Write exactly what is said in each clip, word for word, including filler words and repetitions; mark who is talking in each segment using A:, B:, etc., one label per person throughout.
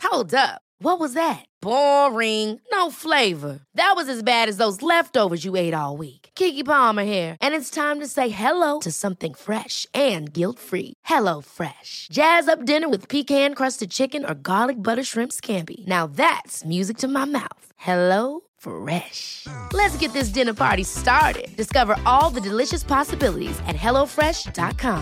A: Hold up. What was that? Boring. No flavor. That was as bad as those leftovers you ate all week. Keke Palmer here, and it's time to say hello to something fresh and guilt-free. Hello Fresh. Jazz up dinner with pecan-crusted chicken or garlic butter shrimp scampi. Now that's music to my mouth. Hello Fresh. Let's get this dinner party started. Discover all the delicious possibilities at hello fresh dot com.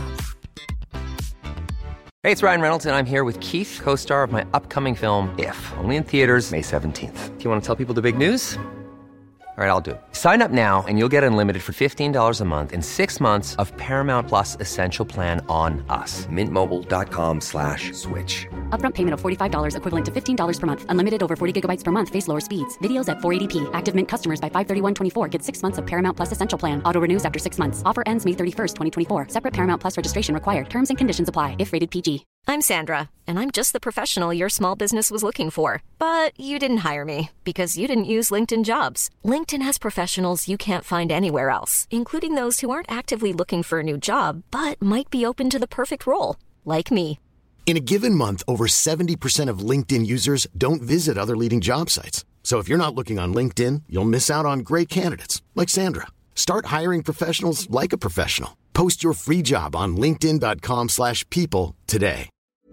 B: Hey, it's Ryan Reynolds, and I'm here with Keith, co-star of my upcoming film, If, only in theaters May seventeenth. Do you want to tell people the big news? All right, I'll do it. Sign up now and you'll get unlimited for fifteen dollars a month and six months of Paramount Plus Essential Plan on us. Mint Mobile dot com slash switch.
C: Upfront payment of forty-five dollars equivalent to fifteen dollars per month. Unlimited over forty gigabytes per month. Face lower speeds. Videos at four eighty p. Active Mint customers by five thirty-one twenty-four get six months of Paramount Plus Essential Plan. Auto renews after six months. Offer ends May thirty-first, twenty twenty-four. Separate Paramount Plus registration required. Terms and conditions apply if rated P G.
D: I'm Sandra, and I'm just the professional your small business was looking for. But you didn't hire me because you didn't use LinkedIn Jobs. LinkedIn has professionals you can't find anywhere else, including those who aren't actively looking for a new job, but might be open to the perfect role, like me.
E: In a given month, over seventy percent of LinkedIn users don't visit other leading job sites. So if you're not looking on LinkedIn, you'll miss out on great candidates like Sandra. Start hiring professionals like a professional. Post your free job on linkedin dot com slash people today.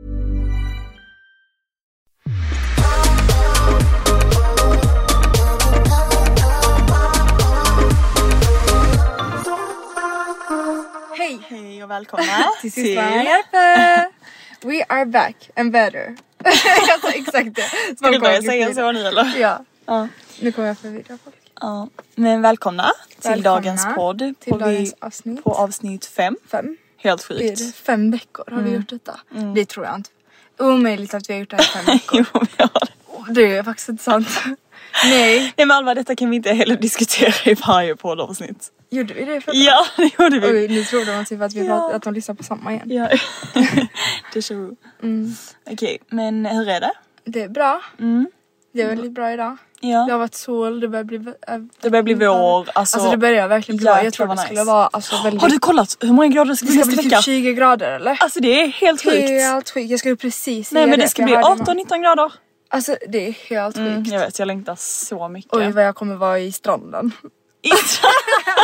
F: Hej! Hej och välkomna
G: till Sverige. We are back and better. Alltså exakt det.
F: Ska du börja säga så nu eller?
G: Ja.
F: ja.
G: Nu kommer jag förvirra folk.
F: Ja. Men välkomna, välkomna till dagens podd.
G: Till på dagens vi, avsnitt.
F: På avsnitt fem.
G: Fem.
F: Helt sjukt.
G: Det är fem veckor har mm. vi gjort detta.
F: Mm.
G: Det tror jag inte. Omöjligt att vi har gjort det här fem veckor.
F: Jo, vi har det.
G: Det är faktiskt inte sant. Nej.
F: Nej men Alva, detta kan vi inte heller diskutera i varje poddavsnitt.
G: Gjorde vi det för
F: Ja, det gjorde vi.
G: Oj, nu tror de typ att, vi ja. pratar, att de lyssnar på samma igen.
F: Ja, det är så.
G: Mm.
F: Okej, okay, men hur är det?
G: Det är bra.
F: Mm.
G: Det är väldigt bra idag.
F: Ja.
G: Det har varit sol, det börjar bli... Äh,
F: det börjar bli vår. Alltså,
G: alltså det börjar verkligen bli ja, jag tror det nice. skulle vara alltså, väldigt...
F: Har du kollat hur många grader det ska bli nästa vecka?
G: Det ska bli typ tjugo grader eller?
F: Alltså det är helt sjukt.
G: Helt sjukt, jag skulle precis
F: säga det. Nej men det ska bli arton nitton grader.
G: Alltså det är helt
F: mm,
G: sjukt.
F: Jag vet, jag längtar så mycket.
G: Oj vad jag kommer vara i stranden.
F: I stranden?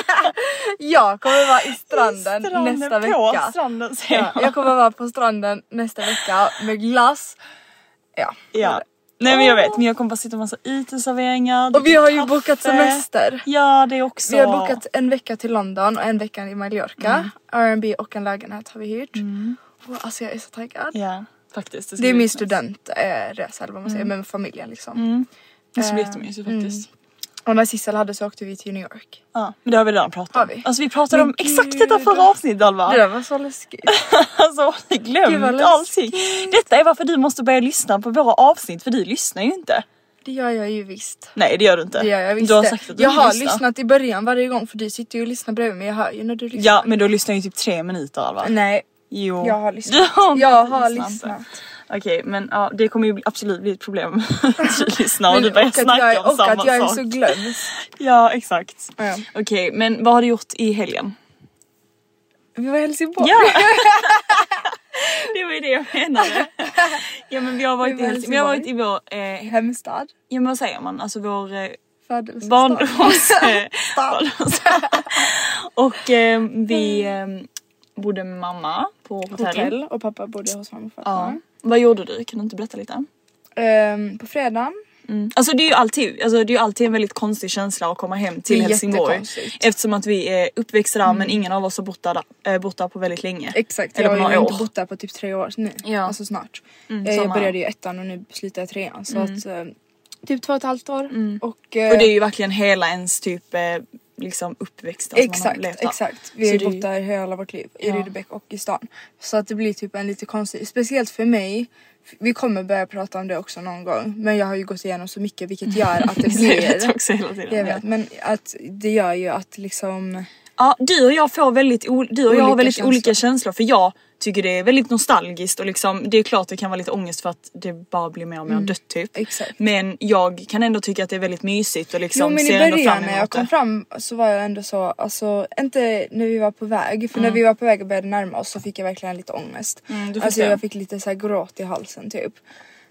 G: Jag kommer vara i stranden, I stranden nästa
F: på
G: vecka.
F: Stranden,
G: ja, jag kommer vara på stranden nästa vecka med glass. Ja.
F: Ja. Nej men jag vet, men jag kommer bara sitta en massa uteserveringar.
G: Och vi har ju bokat semester.
F: Ja, det också.
G: Vi har bokat en vecka till London och en vecka i Mallorca. Mm. R and B och en lägenhet har vi hyrt.
F: Mm.
G: Och alltså jag är så taggad.
F: Ja, faktiskt.
G: Det, det är min studentresa eller vad man säger, mm. med familjen liksom.
F: Mm. Det ska bli jättemysigt faktiskt.
G: Mm. Och när Sissel hade så åkte vi till New York.
F: Ja, men det har vi redan pratat om.
G: Vi?
F: Alltså vi pratade men om exakt detta förra avsnittet, Alva.
G: Det där var så läskigt.
F: Alltså, jag glömt allting. Detta är varför du måste börja lyssna på våra avsnitt, för du lyssnar ju inte.
G: Det gör jag ju visst.
F: Nej, det gör du inte.
G: Det gör jag visst.
F: Du har sagt att du
G: jag har
F: lyssnar.
G: lyssnat i början varje gång, för du sitter ju och lyssnar bredvid mig. Jag hör ju när du lyssnar.
F: Ja, men då lyssnar ju typ tre minuter, Alva.
G: Nej,
F: jo.
G: jag har lyssnat.
F: har
G: jag har
F: lyssnat.
G: lyssnat.
F: Okej, okay, men ja, det kommer ju absolut bli ett problem. Du lyssnar och du börjar snacka
G: jag,
F: om samma sak.
G: Och att jag är så glömsk.
F: Ja, exakt.
G: Ja.
F: Okej, okay, men vad har du gjort i helgen?
G: Vi var i Helsingborg.
F: Ja! Det var ju det jag menade. Ja, men vi har varit, vi i, Helsingborg. Vi har varit i vår... Eh,
G: hemstad.
F: Ja, men vad säger man? Alltså vår... Eh,
G: Födelsestad.
F: Barndoms... Och eh, vi eh, bodde med mamma på hotell.
G: hotell. Och pappa bodde hos mamma och
F: ja. Vad gjorde du? Kan du inte berätta lite?
G: Um, på fredagen.
F: Mm. Alltså det är ju alltid, alltså det är ju alltid en väldigt konstig känsla att komma hem till Helsingborg. Eftersom att vi är uppväxta där, mm. men ingen av oss har bott där, äh, bott där på väldigt länge.
G: Exakt, jag har ju inte bott där på typ tre år nu. Ja. Alltså snart.
F: Mm,
G: jag samma. började ju ettan och nu slutar jag trean. Så mm. att äh, typ två och ett halvt år.
F: Mm.
G: Och, äh,
F: och det är ju verkligen hela ens typ... Äh, liksom uppväxt. Alltså
G: exakt, exakt. Vi har ju bott där hela vårt liv. I ja. Rydebäck och i stan. Så att det blir typ en lite konstig... Speciellt för mig. Vi kommer börja prata om det också någon gång. Men jag har ju gått igenom så mycket. Vilket gör att det blir...
F: jag vet också hela tiden.
G: Jag vet, men att det gör ju att liksom...
F: Ja, du och jag får väldigt... O- du och jag har väldigt
G: känslor.
F: olika känslor. För jag tycker det är väldigt nostalgiskt. Och liksom, det är klart det kan vara lite ångest för att det bara blir mer och mer mm. dött typ.
G: Exakt.
F: Men jag kan ändå tycka att det är väldigt mysigt. Och liksom
G: jo, men
F: ser
G: i början när jag kom
F: det.
G: fram så var jag ändå så... Alltså, inte när vi var på väg. För mm. när vi var på väg och började närma oss så fick jag verkligen lite ångest.
F: Mm,
G: alltså jag fick lite så här gråt i halsen typ.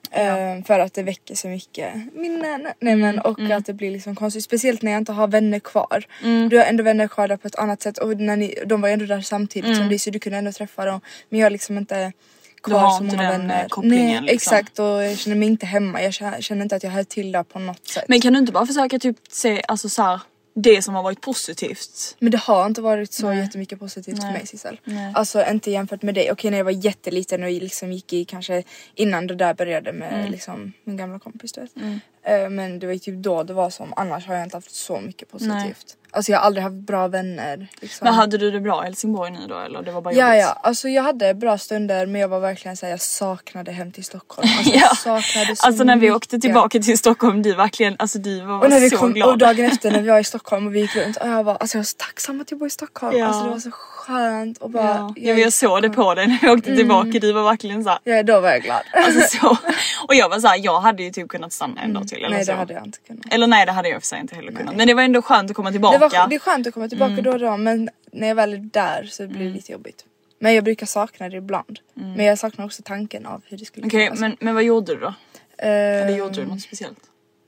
G: Ja. För att det väcker så mycket minnen. Nej, men, mm, och mm. att det blir liksom konstigt. Speciellt när jag inte har vänner kvar. Mm. Du har ändå vänner kvar där på ett annat sätt. Och när ni, de var ju ändå där samtidigt mm. som dig, så du kunde ändå träffa dem. Men jag har liksom inte kvar så många vänner. Nej, liksom. Exakt, och jag känner mig inte hemma. Jag känner, känner inte att jag hör till där på något sätt.
F: Men kan du inte bara försöka typ se, alltså så här, det som har varit positivt?
G: Men det har inte varit så Nej. jättemycket positivt Nej. för mig, Sissel. Nej. Alltså inte jämfört med dig. Okej, när jag var jätteliten och liksom gick i kanske innan det där började med mm. liksom min gamla kompis, du vet. Mm. Uh, men det var ju typ då det var som. Annars har jag inte haft så mycket positivt. Nej. Alltså jag har aldrig haft bra vänner liksom.
F: Men hade du det bra i Helsingborg nu då? Eller det var bara
G: ja,
F: jobbigt?
G: ja. Alltså jag hade bra stunder. Men jag var verkligen såhär, jag saknade hem till Stockholm. Alltså
F: ja.
G: jag saknade så
F: Alltså när vi
G: mycket.
F: åkte tillbaka till Stockholm, du verkligen, alltså du var
G: och när vi
F: så
G: kom,
F: glad.
G: Och dagen efter när vi var i Stockholm och vi gick runt. Och jag var, alltså jag var så tacksam att jag bor i Stockholm. Ja. Alltså det var så skönt. Och bara,
F: ja. Jag, jag såg det på dig när vi åkte tillbaka. Mm. Du var verkligen såhär.
G: Ja, då var jag glad.
F: Alltså så. Och jag var såhär, jag hade ju typ kunnat stanna en dag till. Eller
G: nej,
F: så.
G: det hade jag inte kunnat.
F: Eller nej, det hade jag för sig inte heller nej. kunnat. Men det var ändå skönt att komma tillbaka.
G: Det, var, det är skönt att komma tillbaka mm. då och då. Men när jag väl är där så blir det mm. lite jobbigt. Men jag brukar sakna det ibland. Mm. Men jag saknar också tanken av hur det skulle
F: Okej, okay, men, men vad gjorde du då? Uh, Eller gjorde du något speciellt?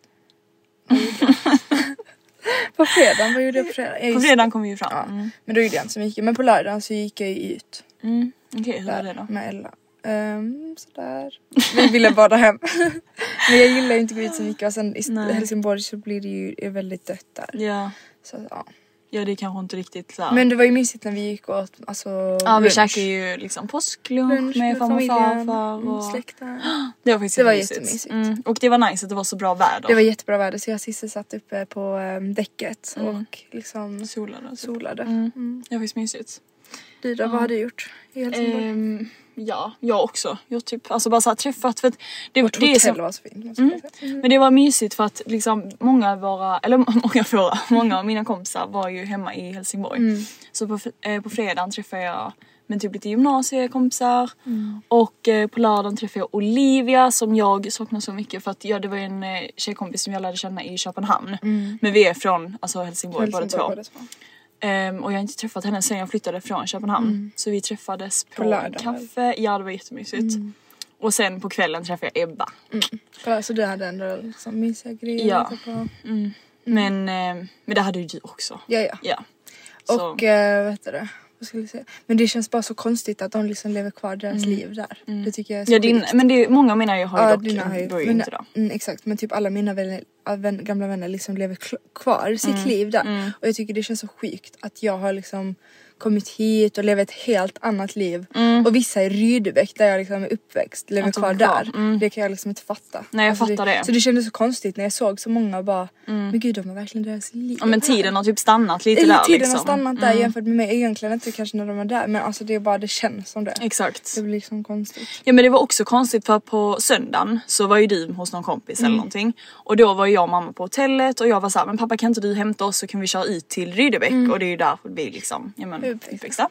G: På fredagen, vad gjorde jag på fredagen?
F: På fredagen kom vi ju fram.
G: Ja. Mm. Men då gjorde jag inte så mycket. Men på lördagen så gick jag ju ut.
F: Mm. Okej, okay, hur var det då?
G: Med Ella. Um, sådär. Vi ville bada hem. Men jag gillar ju inte att gå ut så mycket. Och sen i Nej. Helsingborg så blir det ju väldigt dött där.
F: Ja.
G: Så ja.
F: Ja, det är kanske inte riktigt så här.
G: Men det var ju mysigt när vi gick åt alltså
F: ja, vi käkade ju liksom påsklunch lunch med farmor och farfar och
G: släkten.
F: Det var faktiskt
G: det var
F: mysigt.
G: jättemysigt.
F: Mm. Och det var nice att det var så bra väder.
G: Det var jättebra väder, så jag sist satt uppe på um, däcket mm. och liksom
F: solade.
G: solade.
F: Mm. Mm. Det var faktiskt mysigt.
G: Du då, mm. vad har du gjort i Helsingborg?
F: Um, ja, jag också. Jag typ alltså bara så här träffat för att det,
G: Vårt
F: det
G: hotell
F: är så,
G: var så fint.
F: Mm. Mm. Men det var mysigt för att liksom många av våra eller många av våra, många av mina kompisar var ju hemma i Helsingborg. Mm. Så på eh, på fredagen träffade jag med typ lite gymnasiekompisar mm. och eh, på lördagen träffade jag Olivia som jag saknar så mycket för att ja, det var en eh, tjejkompis som jag lärde känna i Köpenhamn. Mm. Men vi är från alltså Helsingborg, Helsingborg båda två. Um, och jag har inte träffat henne sen jag flyttade från Köpenhamn. Mm. Så vi träffades på, på lördag, kaffe. Ja, det var jättemysigt. Mm. Och sen på kvällen träffade jag Ebba.
G: Mm. Ja, så du hade ändå liksom mysiga grejer.
F: Ja. På. Mm. Mm. Men, um, men det hade ju du också.
G: Ja, ja.
F: ja.
G: Och uh, vet du det? Vad skulle jag säga? Men det känns bara så konstigt att de liksom lever kvar deras mm. liv där. Mm. Det tycker jag är så
F: ja, din, men det är, många av mina jag har ju
G: ja,
F: dock
G: dina har ju,
F: då är
G: men,
F: inte då.
G: Mm, exakt, men typ alla mina vänner, vän, gamla vänner liksom lever kvar sitt mm. liv där. Mm. Och jag tycker det känns så sjukt att jag har liksom kommit hit och lever ett helt annat liv. Mm. Och vissa i Rydebäck där jag liksom är uppväxt lever kvar där. Mm. Det kan jag liksom inte fatta.
F: Nej, jag
G: alltså
F: fattar
G: det,
F: det.
G: Så det kändes så konstigt när jag såg så många bara, mm. men gud, de har verkligen deras liv.
F: Ja, men tiden har typ stannat lite
G: ja,
F: där
G: tiden
F: liksom.
G: har stannat där mm. jämfört med mig. Egentligen inte kanske när de var där. Men alltså det är bara, det känns som det.
F: Exakt.
G: Det blir liksom konstigt.
F: Ja, men det var också konstigt för på söndagen så var ju du hos någon kompis mm. eller någonting. Och då var jag och mamma på hotellet och jag var så här, men pappa kan inte du hämta oss så kan vi köra ut till Rydebäck. Mm. Och det är ju där vi liksom, ja men uppväxta.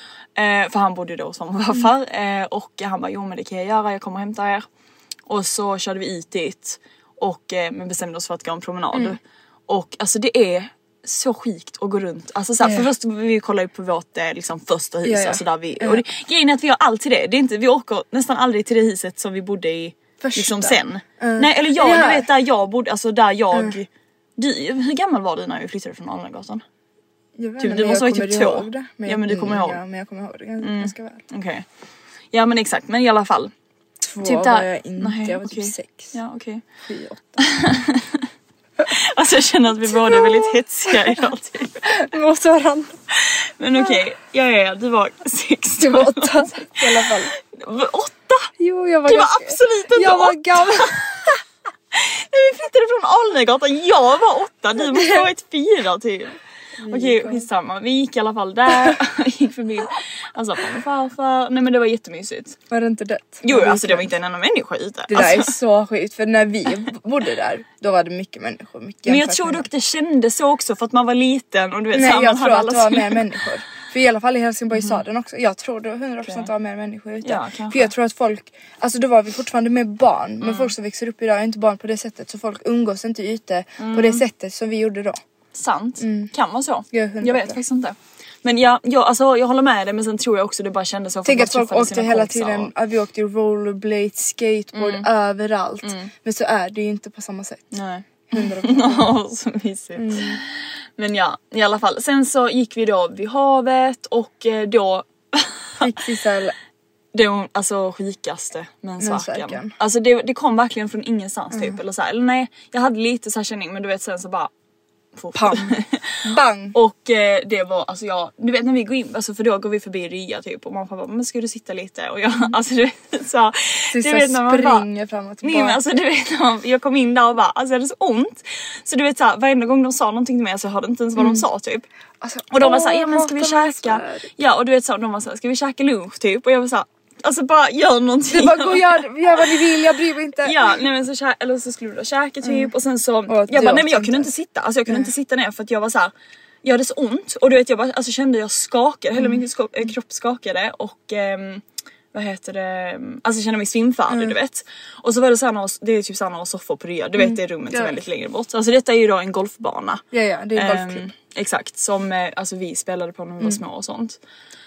F: Eh, för han bodde då som farfar mm. eh, och han bara, jo men det kan jag göra, jag kommer och hämta er. Och så körde vi ut dit och eh, men bestämde oss för att gå en promenad. Mm. Och alltså det är så skikt att gå runt. Alltså såhär, yeah. för först vi kollade på vårt eh, liksom första hus, yeah, yeah. alltså där vi, yeah. och det, grejen är att vi har alltid det. Det är inte, vi åker nästan aldrig till det huset som vi bodde i första. Liksom sen. Uh. Nej, eller jag, yeah. du vet där jag bodde, alltså där jag, uh. du, hur gammal var du när vi flyttade från Alnagatan?
G: Jag vet
F: typ,
G: inte,
F: du måste
G: jag
F: vara typ två.
G: Det, men
F: ja men du kommer ihåg.
G: Ja, men jag kommer ihåg det ganska mm. väl.
F: Okej. Okay. Ja men exakt, men i alla fall.
G: Två typ var jag inte, nej, jag var okay. typ sex.
F: Ja okej.
G: Okay. Sju, åtta.
F: Alltså jag känner att vi båda är väldigt hetsiga idag typ.
G: Mot varandra.
F: Men okej, okay. ja, ja ja, du var sex.
G: Du var åtta i alla fall.
F: Åtta?
G: Jo, jag var
F: du
G: ganska...
F: var absolut inte
G: jag var
F: åtta.
G: gammal.
F: När vi flyttade från Alnagatan, jag var åtta, du måste ha ett fyra typ. Okej, okay, skitsamma. Vi gick i alla fall där. gick förbi. Alltså på min farfar. Nej men det var jättemysigt.
G: Var det inte dött?
F: Jo, alltså det var inte en enda människa ute.
G: Det
F: alltså.
G: där är så skit. För när vi bodde där, då var det mycket människor. Mycket
F: men jag tror dock det kändes så också för att man var liten. Och du vet,
G: nej,
F: så
G: jag
F: man
G: tror
F: hade
G: att det var mer människor. För i alla fall i Helsingborg mm. staden också. Jag tror det var hundra procent okay. var mer människor ute. Ja, för jag tror att folk, alltså då var vi fortfarande med barn. Mm. Men folk som växer upp idag är inte barn på det sättet. Så folk umgås inte ute mm. på det sättet som vi gjorde då.
F: Sant, mm. kan vara så.
G: Jag,
F: jag vet faktiskt inte. Men ja, jag, alltså, jag håller med dig, men sen tror jag också det bara kändes så.
G: Tänk att folk åkte hela tiden, och... vi åkte rollerblade, skateboard, mm. överallt. Mm. Men så är det ju inte på samma sätt.
F: Nej. hundra procent. Så mysigt. Mm. Men ja, i alla fall. Sen så gick vi då vid havet och då...
G: Fick vi så
F: det var alltså sjukaste mensvärken. Alltså det, det kom verkligen från ingenstans mm. typ. Eller så här, eller nej, jag hade lite så här känning, men du vet sen så bara...
G: Pam. Bang.
F: Och eh, det var, alltså jag... Du vet när vi går in, alltså för då går vi förbi Rya typ. Och man bara, men ska du sitta lite? Och jag, mm. alltså du vet så...
G: Du vet när man springer fram och tillbaka.
F: Nej men alltså du vet när man, jag kom in där och bara, alltså jag hade så ont. Så du vet såhär, varenda gång de sa någonting till mig, alltså jag hörde inte ens vad mm. de sa typ. Alltså, och de var såhär, ja men ska vi käka? Ja och du vet så, de var såhär, ska vi käka lunch typ? Och jag var såhär, alltså bara gör någonting.
G: Du bara gå och gör, gör vad ni vill, jag bryr mig inte.
F: Ja, nej men så kä- eller så skulle du då käka typ mm. och sen så och jag bara nej men jag kunde inte sitta. Alltså jag kunde mm. inte sitta ner för att jag var så här, jag hade så ont och du vet jag bara alltså kände jag skakade, hela mm. min sk- kropp skakade och ehm, vad heter det? Alltså jag kände mig svimfärdig, mm. du vet. Och så var det så här några, det är typ så här några soffor på Rya. Du vet mm. det rummet som är väldigt längre bort. Alltså detta är ju då en golfbana.
G: Ja ja, det är en golfklubb.
F: Um, exakt, som alltså vi spelade på när vi var mm. små och sånt.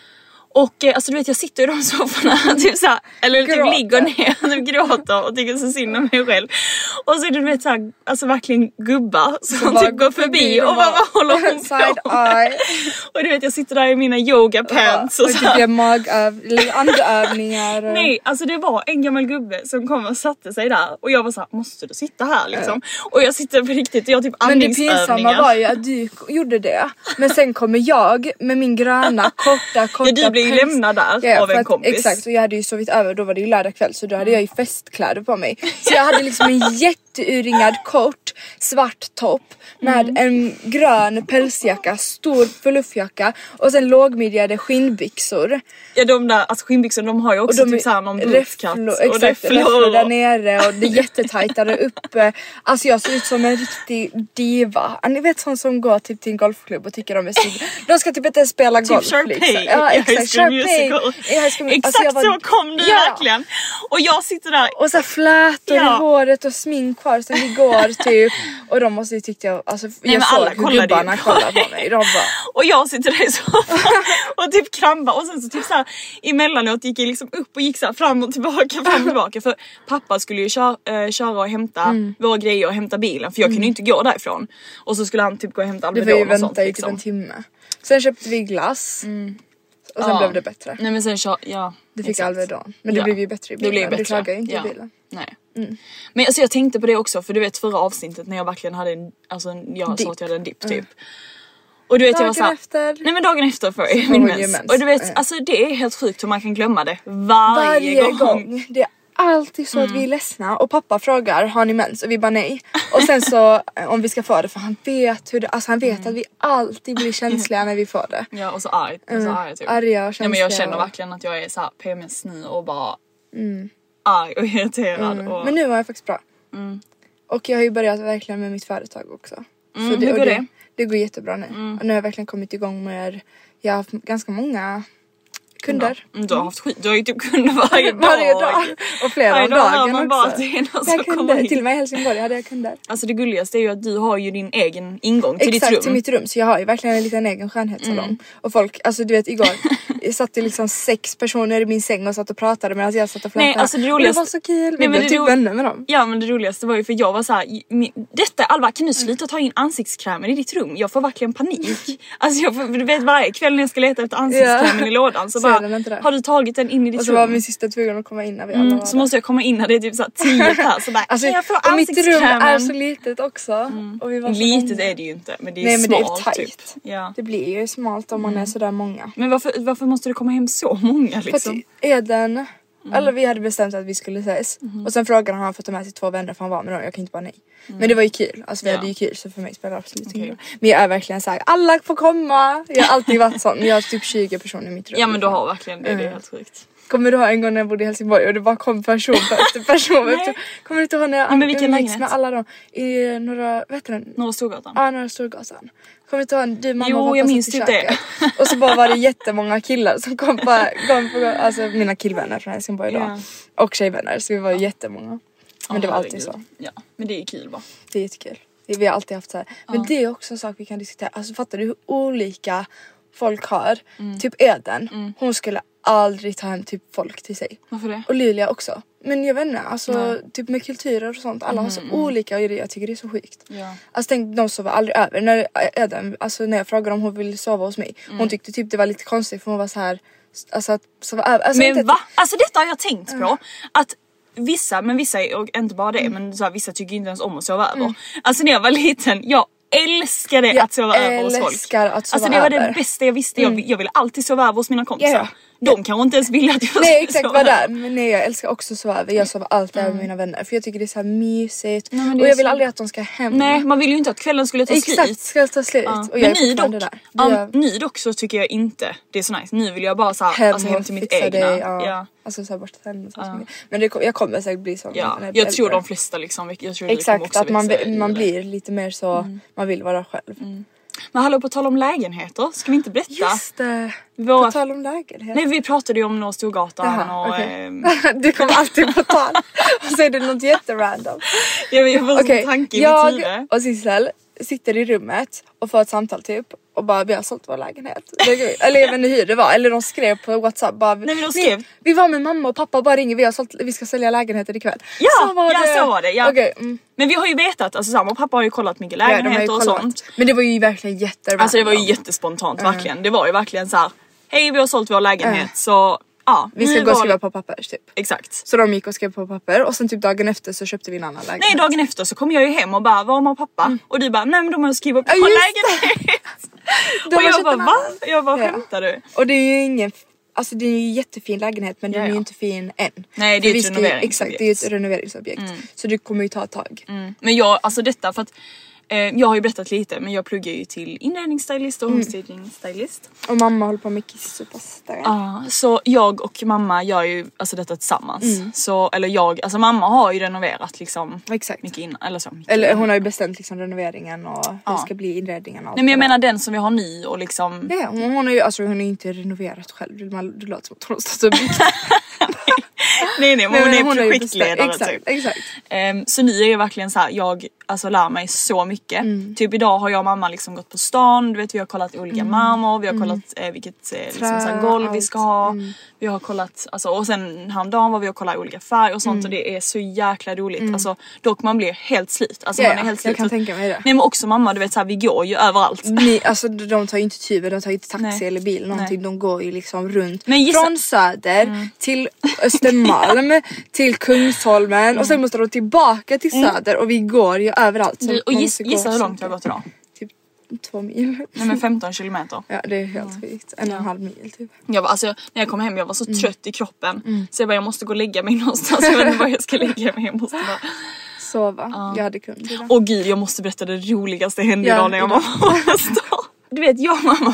F: Och eh, alltså du vet jag sitter i de sofforna typ såhär, eller typ ligger ner och typ gråter och tycker så synd om mig själv. Och så är det du vet såhär, alltså verkligen gubbar som typ går förbi och bara håller hon på. Och du vet jag sitter där i mina yoga pants och, och
G: så typ magöv, eller andövningar. Och...
F: Nej, alltså det var en gammal gubbe som kom och satte sig där och jag var såhär, måste du sitta här liksom? Ja. Och jag sitter på riktigt och jag typ andningsövningar.
G: Men det pinsamma var ju att du gjorde det. Men sen kommer jag med min gröna korta korta
F: ja, du blir ju lämnad där ja, av en att, kompis.
G: Exakt, och jag hade ju sovit över, då var det ju lördag kväll så då hade jag ju festkläder på mig. Så jag hade liksom en jätteuringad kort svart topp med mm. en grön pälsjacka, stor fluffjacka och sen lågmidjade skinnbyxor.
F: Ja de där, alltså skinnbyxor de har ju också typ såhär någon bootcut.
G: Exakt, räfflor där nere och det är jättetajtare uppe. Alltså jag ser ut som en riktig diva. Ni vet sån som går typ till en golfklubb och tycker de är snygga. De ska typ inte spela
F: typ
G: golf.
F: Sharpay.
G: Ja exakt, Sharpay.
F: Exakt alltså, bara, så kom du ja. verkligen. Och jag sitter där.
G: Och så flätor ja. i håret och smink kvar som igår typ. Och de måste ju tyckte jag, alltså
F: nej,
G: jag
F: såg
G: hur gubbarna kollade på mig. De bara...
F: Och jag sitter där i soffan och typ kramba och sen så typ såhär emellanåt gick jag liksom upp och gick såhär fram och tillbaka, fram och tillbaka. För pappa skulle ju köra, äh, köra och hämta mm. våra grejer och hämta bilen. För jag kunde ju inte gå därifrån. Och så skulle han typ gå och hämta Alvedon och sånt.
G: Det var ju vänta i
F: liksom.
G: typ en timme. Sen köpte vi glass. Mm. Och sen ja. blev det bättre.
F: Nej men sen kör, ja.
G: Du fick Alvedon. Men det ja. blev ju bättre i bilen.
F: Det blev bättre.
G: Du klagade ju inte
F: ja.
G: i bilen.
F: Nej. Mm. Men alltså jag tänkte på det också. För du vet förra avsnittet när jag verkligen hade en, alltså jag dip. sa att jag hade en dipp typ. Mm. Och du vet
G: dagen
F: jag var såhär,
G: efter.
F: nej men dagen efter för min mens. mens. Och du vet, mm. alltså det är helt sjukt hur man kan glömma det varje, varje gång. gång.
G: Det är alltid så mm. att vi är ledsna och pappa frågar, har ni mens? Och vi bara nej. Och sen så om vi ska få det, för han vet hur det, alltså han vet mm. att vi alltid blir känsliga när vi får det.
F: Ja och så arg, och så arg typ.
G: Arga och känsliga.
F: Ja men jag känner verkligen att jag är såhär P M S nu och bara mm. arg och irriterad.
G: Mm.
F: Och...
G: Men nu var jag faktiskt bra. Mm. Och jag har ju börjat verkligen med mitt företag också.
F: Mm,
G: så det,
F: hur går
G: det?
F: det?
G: Det går jättebra nu. Mm. Och nu har jag verkligen kommit igång med, jag har haft ganska många kunder.
F: Mm. Du har haft skit, du har ju typ kunder varje dag.
G: Varje dag. Och flera om dagen också.
F: Bara till,
G: jag kunder, till och med i Helsingborg hade jag kunder.
F: Alltså det gulligaste är ju att du har ju din egen ingång till
G: exakt,
F: ditt rum.
G: Exakt, till mitt rum. Så jag har ju verkligen en liten egen skönhetssalong. Mm. Och folk, alltså du vet igår jag satt ju liksom sex personer i min säng och satt och pratade medan jag satt och flätade.
F: Nej, alltså det roligaste...
G: Och det var så kul. Vi blev typ ro... vänner med dem.
F: Ja men det roligaste var ju för jag var så här, detta Alva, kan du sluta ta in ansiktskrämen i ditt rum? Jag får verkligen panik. Alltså jag får, du vet varje kväll när jag ska leta efter ansiktskrämen ja. i lådan så, så bara, har du tagit den in i ditt rum?
G: Och så var min syster tvungen att komma in när vi alla
F: mm,
G: var
F: så måste jag komma in när det är typ så här tio här så bara,
G: alltså,
F: jag får
G: och mitt rum är så litet också.
F: Mm. Och vi var litet är det ju inte, men det är
G: nej,
F: smalt
G: men det är
F: typ.
G: Ja. Det blir ju smalt om man mm. är sådär många.
F: Men varför, varför måste du komma hem så många liksom?
G: För att Eden, mm. eller vi hade bestämt att vi skulle ses. Mm. Och sen frågade han för att ta med sig två vänner för han var med dem. Jag kan inte bara nej. Mm. Men det var ju kul, alltså vi ja. hade ju kul så för mig spelar det absolut ingen roll. Men jag är verkligen såhär, alla får komma. Jag har alltid varit sån, jag har typ tjugo personer i mitt rum.
F: Ja men du har verkligen det, mm. det är helt sjukt.
G: Kommer du ha en gång när jag bodde i Helsingborg och det bara kom person efter person efter. Kommer du inte ihåg när jag umgicks med alla dem i några, vad heter den?
F: Norra Storgatan.
G: Ja, Norra Storgatan. Kommer du inte ihåg du mamma
F: jo,
G: och pappa
F: jag minns
G: satt i
F: typ
G: köket. Det. Och så bara var det jättemånga killar som kom på gång på gång. Alltså mina killvänner från Helsingborg då. Yeah. Och tjejvänner, så vi var jättemånga. Men oh, det var alltid så.
F: Ja, men det är kul va?
G: Det är jättekul. Vi har alltid haft så här. Men ja. det är också en sak vi kan diskutera. Alltså fattar du hur olika folk har. Mm. Typ Eden. Mm. Hon skulle aldrig ta hem typ folk till sig.
F: Varför det?
G: Och Lilia också. Men jag vet inte, alltså Nej. typ med kulturer och sånt. Alla mm, har så mm. olika och jag tycker det är så sjukt. Ja. Alltså tänk, de sover aldrig över. När Eden, alltså när jag frågade om hon ville sova hos mig. Mm. Hon tyckte typ det var lite konstigt för hon var så här. Alltså att sova över. Alltså,
F: men
G: inte
F: va? Alltså detta har jag tänkt på. Mm. Att vissa, men vissa, och inte bara det. Mm. Men så här, vissa tycker inte ens om att sova över. Mm. Alltså när jag var liten, jag älskade jag att sova över hos folk.
G: Att sova
F: alltså det var
G: över.
F: det bästa jag visste. Mm. Jag, jag ville alltid sova över hos mina kompisar. Yeah. De kanske inte ens vill att jag
G: nej exakt vad där. Men nej, jag älskar också att sova över. Jag sover alltid över mm. mina vänner. För jag tycker det är så här mysigt. Nej, och jag vill så... aldrig att de ska hem.
F: Nej, man vill ju inte att kvällen skulle ta
G: exakt,
F: slut.
G: Exakt, ska ta slut.
F: Ja.
G: Och
F: men ni dock,
G: där.
F: um,
G: jag...
F: ni dock så tycker jag inte det är så nice. Nu vill jag bara så här, hem, alltså, hem till mitt egna.
G: Det, ja.
F: Ja.
G: Alltså så här borta tänderna. Ja. Men det, jag kommer säkert bli så.
F: Ja. Jag, jag tror de flesta liksom. Jag tror
G: exakt,
F: också
G: att man, man blir lite mer så. Mm. Man vill vara själv. Mm.
F: Men hallå, på tal om lägenheter, ska vi inte berätta?
G: Just det,
F: Våra...
G: på tal om lägenheter.
F: Nej, vi pratade ju om Norrstogatan och...
G: Okay.
F: Ähm...
G: du kommer alltid på tal. Och så är det något jätterandom.
F: Jag vet vad
G: okay.
F: som tanke i
G: jag
F: mitt huvud.
G: och Sissel sitter i rummet och får ett samtal typ. Och bara, vi har sålt vår lägenhet. Eller jag vet inte hur det var. Eller de skrev på WhatsApp bara,
F: nej, men de skrev.
G: Vi, vi var med mamma och pappa och bara ringer. Vi har sålt, vi ska sälja lägenheter ikväll.
F: Ja,
G: så var
F: ja,
G: det.
F: så var det. Ja.
G: Okay. Mm.
F: Men vi har ju vetat, alltså samma och pappa har ju kollat mycket lägenheter ja, och kollat. Sånt.
G: Men det var ju verkligen jätterandom.
F: Alltså det var ju jättespontant mm. verkligen. Det var ju verkligen så här: hej, vi har sålt vår lägenhet mm. så... Ja,
G: vi ska gå och skriva på papper typ.
F: Exakt.
G: Så de gick och skrev på papper. Och sen typ dagen efter så köpte vi en annan lägenhet.
F: Nej, dagen efter så kom jag ju hem och bara, var med pappa? Mm. Och du bara, nej men de har skrivit på ja, lägenhet. Och jag bara, va? Jag bara, ja. Skämtar du?
G: Och det är ju ingen... Alltså det är ju en jättefin lägenhet men ja, den är ju ja. inte fin än.
F: Nej, det är ett renoveringsobjekt.
G: Exakt, det är ett renoveringsobjekt. Mm. Så det kommer ju ta ett tag.
F: Mm. Men jag, alltså detta för att eh, jag har ju berättat lite, men jag pluggar ju till inredningsstylist och homestaging-stylist.
G: Mm. Och mamma håller på med kiss och pasta.
F: Ja, ah, så jag och mamma gör ju alltså detta tillsammans. Mm. Så, eller jag, alltså mamma har ju renoverat liksom
G: exakt.
F: Mycket innan. Eller, så, mycket
G: eller
F: innan.
G: Hon har ju bestämt liksom renoveringen och hur ah. det ska bli inredningen och allt.
F: Nej men jag menar den som vi har ny och liksom...
G: Ja, hon, hon har ju alltså, hon är inte renoverat själv. Det låter som att hon har stått och byggt.
F: nej nej, men hon
G: nej,
F: är projektledare
G: exakt,
F: typ.
G: Exakt.
F: Um, så nu är jag verkligen så här, jag alltså lär mig så mycket. Mm. Typ idag har jag och mamma liksom gått på stan, du vet vi har kollat olika mm. marmor, vi har kollat mm. eh, vilket eh, liksom, så här, golv allt. Vi ska ha. Mm. Vi har kollat alltså, och sen häromdagen var vi och kollade olika färger och sånt mm. och det är så jäkla roligt. Mm. Alltså dock man blir helt slut. Alltså
G: ja,
F: man är helt slut.
G: Jag kan tänka mig det.
F: Nej men också mamma, du vet så här, vi går ju överallt.
G: Ni, alltså de tar ju inte tuber, de tar ju inte taxi nej. Eller bil någonting. Nej. De går ju liksom runt
F: gissa...
G: från Söder mm. till Östermalm till Kungsholmen mm. och sen måste de tillbaka till Söder mm. och vi går ju överallt.
F: Du, och giss, gissa hur långt vi har gått idag?
G: Typ två mil.
F: Nej men femton kilometer.
G: Ja det är helt mm. sjukt. En och en halv mil typ.
F: Jag var, alltså, när jag kom hem jag var så mm. trött i kroppen. Mm. Så jag bara jag måste gå och lägga mig någonstans. Jag vet inte var jag ska lägga mig. Jag måste bara...
G: Sova. Uh. Jag hade kunnat.
F: Och gud jag måste berätta det roligaste hände ja, idag när jag var på stan. Du vet jag och mamma.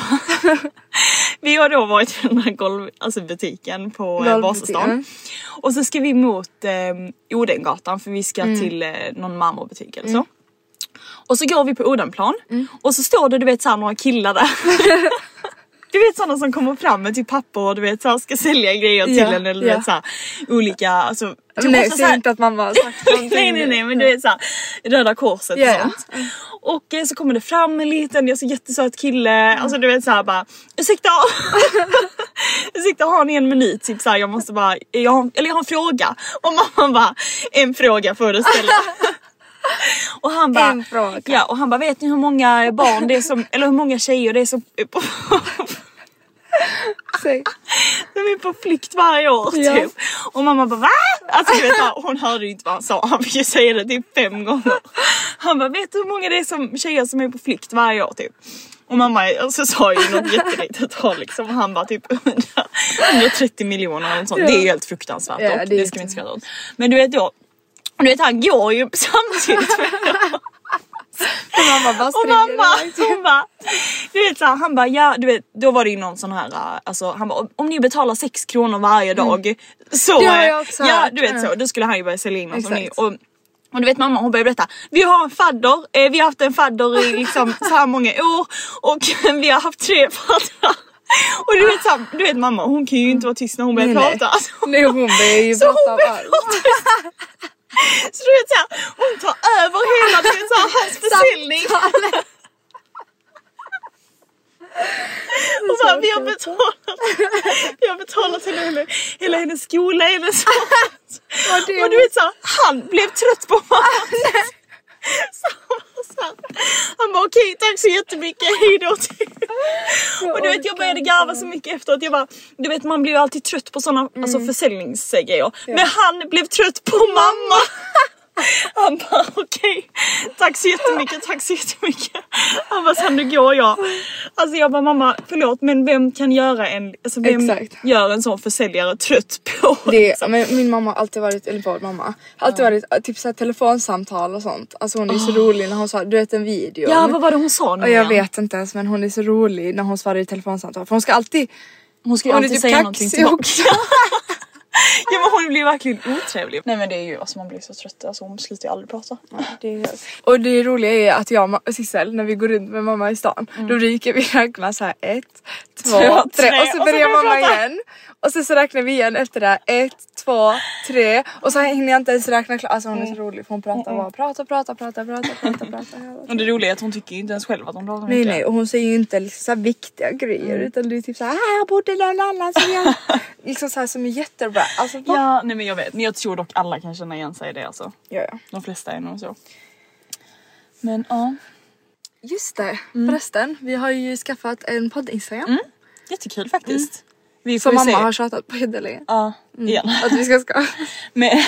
F: Vi har då varit i den här golv, alltså butiken på Vasastan. Och så ska vi mot eh, Odengatan för vi ska mm. till eh, någon marmorbutik eller så. Mm. Och så går vi på Odenplan mm. och så står det du vet så här några killar där. Du vet sådana som kommer fram med typ papper och du vet så här, ska sälja grejer till ja, en eller ja. vet så här, olika alltså
G: typ nej, så här, inte att mamma har sagt någonting.
F: nej nej nej men du vet så här, Röda korset yeah. och sånt. Mm. Och eh, så kommer det fram en liten, jag är så jättesöt kille, mm. alltså du vet så här bara ursäkta. ursäkta har ni en minut typ så här, jag måste bara jag har, eller jag har en fråga och mamma bara en fråga får du ställa. Och han bara
G: en fråga.
F: Ja och han bara vet ni hur många barn det är som eller hur många tjejer det är som på
G: Säg.
F: De är på flykt varje år typ. Ja. Och mamma bara va? Alltså du vet hon hörde ju inte vad han sa. Han fick ju säga det typ fem gånger. Han bara vet du hur många det är som tjejer som är på flykt varje år typ. Och mamma alltså, sa ju något jättelitet tal liksom. Och han bara typ hundratrettio miljoner och sånt. Ja. Det är ju helt fruktansvärt ja, det, det ska vi inte skratta åt. Men du vet då du vet han går ju samtidigt med
G: och mamma bara
F: och mamma, hon bara, du vet så här, han bara, ja du vet, då var det ju någon sån här, alltså han bara, om ni betalar sex kronor varje dag mm. så,
G: det har jag också
F: ja du vet så, då skulle han ju börja sälja in och, sån, och och du vet mamma hon började berätta, vi har en fadder, eh, vi har haft en fadder i liksom så här många år och vi har haft tre faddrar. Och du vet, så här, du vet mamma, hon kan ju inte vara tyst när hon börjar
G: nej,
F: prata.
G: Alltså, nej hon börjar ju prata av allt.
F: Så du vet såhär, hon tar över hela du vet, så här, hans försäljning. Och bara, vi har betalat Vi har betalat hela, hela, hela hennes skola, hennes och du vet så här, han blev trött på mamma. Så han var så här, han bara okej, tack så jättemycket, hejdå. Och du vet, jag började garva så mycket efter att jag bara, du vet, man blir ju alltid trött på sådana mm. alltså försäljningsgrejer. Ja. Men han blev trött på mamma. Han bara okej, okay. Tack så jättemycket, tack så jättemycket. Han bara, sen nu går jag. Alltså jag bara, mamma förlåt, men vem kan göra en, alltså vem Exakt. gör en sån försäljare trött på
G: det? Men min mamma har alltid varit, eller vår mamma har alltid varit typ så här telefonsamtal och sånt. Alltså hon är oh. så rolig när hon sa, du vet en video.
F: Ja, vad var det hon sa nu?
G: Och jag vet inte ens, men hon är så rolig när hon svarar i telefonsamtal. För hon ska alltid
F: Hon ska ju alltid typ säga någonting tillbaka. Ja, men hon blir verkligen otrevlig. Nej, men det är ju, alltså man blir så trött. Alltså hon slutar ju aldrig prata.
G: Ja, det är... Och det roliga är att jag och Sissel, när vi går runt med mamma i stan, mm. då ryker vi räkna så här ett, två, tre, tre. Och så börjar mamma prata. igen. Och så, så räknar vi igen efter det här. Ett, två, tre. Och så hinner jag inte ens räkna klart. Alltså hon är så rolig för hon pratar mm. bara. Prata, prata, prata, prata, prata, prata.
F: Och det roliga är att hon tycker inte ens själv att hon pratar
G: nej,
F: mycket.
G: Nej, och hon säger ju inte liksom så här viktiga grejer. Mm. Utan det är typ så här, här jag bodde någon annan som jag... liksom så här som är jättebra. Alltså,
F: ja, nej men jag vet. Men jag tror dock alla kan känna igen sig i det alltså.
G: Ja, ja.
F: De flesta är nog så. Men ja.
G: Just det. Mm. Förresten, vi har ju skaffat en podd-Instagram.
F: Mm. Jättekul faktiskt. Mm.
G: Vi får Som mamma se. har tjatat på jättelänge.
F: Ja, mm. igen.
G: Att vi ska ska.
F: Men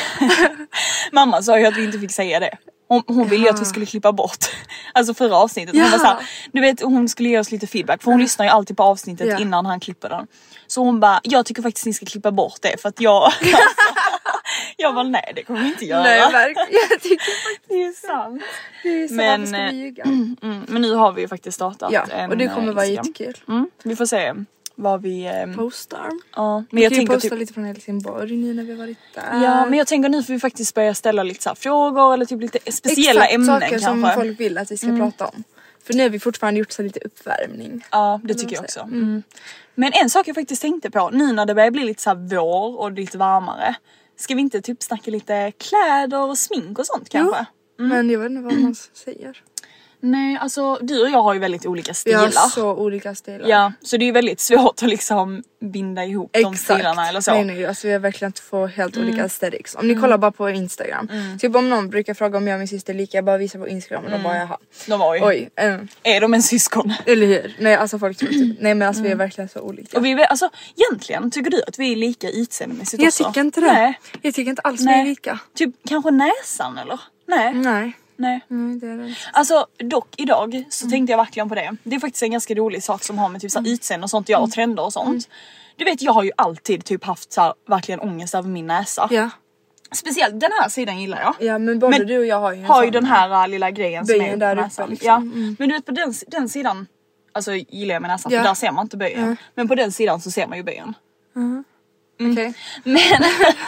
F: mamma sa ju att vi inte fick säga det. Hon, hon ville ju att vi skulle klippa bort. Alltså förra avsnittet.
G: Ja.
F: Hon var så här, du vet, hon skulle ge oss lite feedback. För hon lyssnar ju alltid på avsnittet ja. innan han klipper den. Så hon bara, jag tycker faktiskt ni ska klippa bort det. För att jag... Alltså, jag bara, nej det kommer vi inte göra.
G: Nej verkligen. Jag tycker faktiskt
F: det är sant.
G: Det är så, men, varför ska vi ljuga?
F: Mm, mm, men nu har vi ju faktiskt startat
G: ja,
F: en
G: och det kommer vara
F: Instagram.
G: jättekul.
F: Mm, vi får se. Vad vi eh,
G: postar.
F: Ja, men
G: vi
F: jag
G: kan
F: tänker
G: posta
F: typ
G: lite från Helsingborg nu när vi har varit där.
F: Ja, men jag tänker nu får vi faktiskt börja ställa lite så här frågor eller typ lite speciella Exakt, ämnen
G: saker
F: kanske.
G: Som folk vill att vi ska mm. prata om. För nu har vi fortfarande gjort så lite uppvärmning.
F: Ja, det tycker jag också. Mm. Mm. Men en sak jag faktiskt tänkte på nu när det börjar bli lite så här vår och lite varmare. Ska vi inte typ snacka lite kläder och smink och sånt kanske?
G: Mm. Men jag vet inte vad man säger.
F: Nej, alltså du och jag har ju väldigt olika stilar.
G: Vi har så olika stilar.
F: Ja, så det är ju väldigt svårt att liksom binda ihop Exakt. de stilarna eller så.
G: Nej, nej, alltså vi har verkligen två helt mm. olika aesthetics. Om ni mm. kollar bara på Instagram. Mm. Typ om någon brukar fråga om jag och min syster är lika, jag bara visar på Instagram och mm. de bara jaha.
F: De var ju.
G: Oj. Um.
F: Är de en syskon?
G: Eller hur? Nej, alltså folk tror typ. Nej, men alltså mm. vi är verkligen så olika.
F: Och vi är, alltså egentligen, tycker du att vi är lika utseendemässigt
G: jag
F: också?
G: Jag tycker inte det. Nej. Jag tycker inte alls nej. vi är lika.
F: Typ kanske näsan eller? Nej.
G: Nej.
F: Nej.
G: Mm, det är det.
F: Alltså dock idag så mm. tänkte jag verkligen på det. Det är faktiskt en ganska rolig sak som har med typ så här, utseende och sånt att göra och trender och sånt. Mm. Du vet, jag har ju alltid typ haft så här, verkligen ångest över min näsa.
G: Ja.
F: Speciellt den här sidan gillar jag.
G: Ja, men både men du och jag har ju en
F: har
G: sån
F: ju den här uh, lilla grejen som är
G: där
F: på näsan.
G: Uppe, liksom.
F: Ja.
G: Mm.
F: Men du vet på den, den sidan alltså gillar jag med näsan
G: ja.
F: för där ser man inte böjen. Mm. Men på den sidan så ser man ju böjen.
G: Mm.
F: Mm.
G: Okay.
F: Men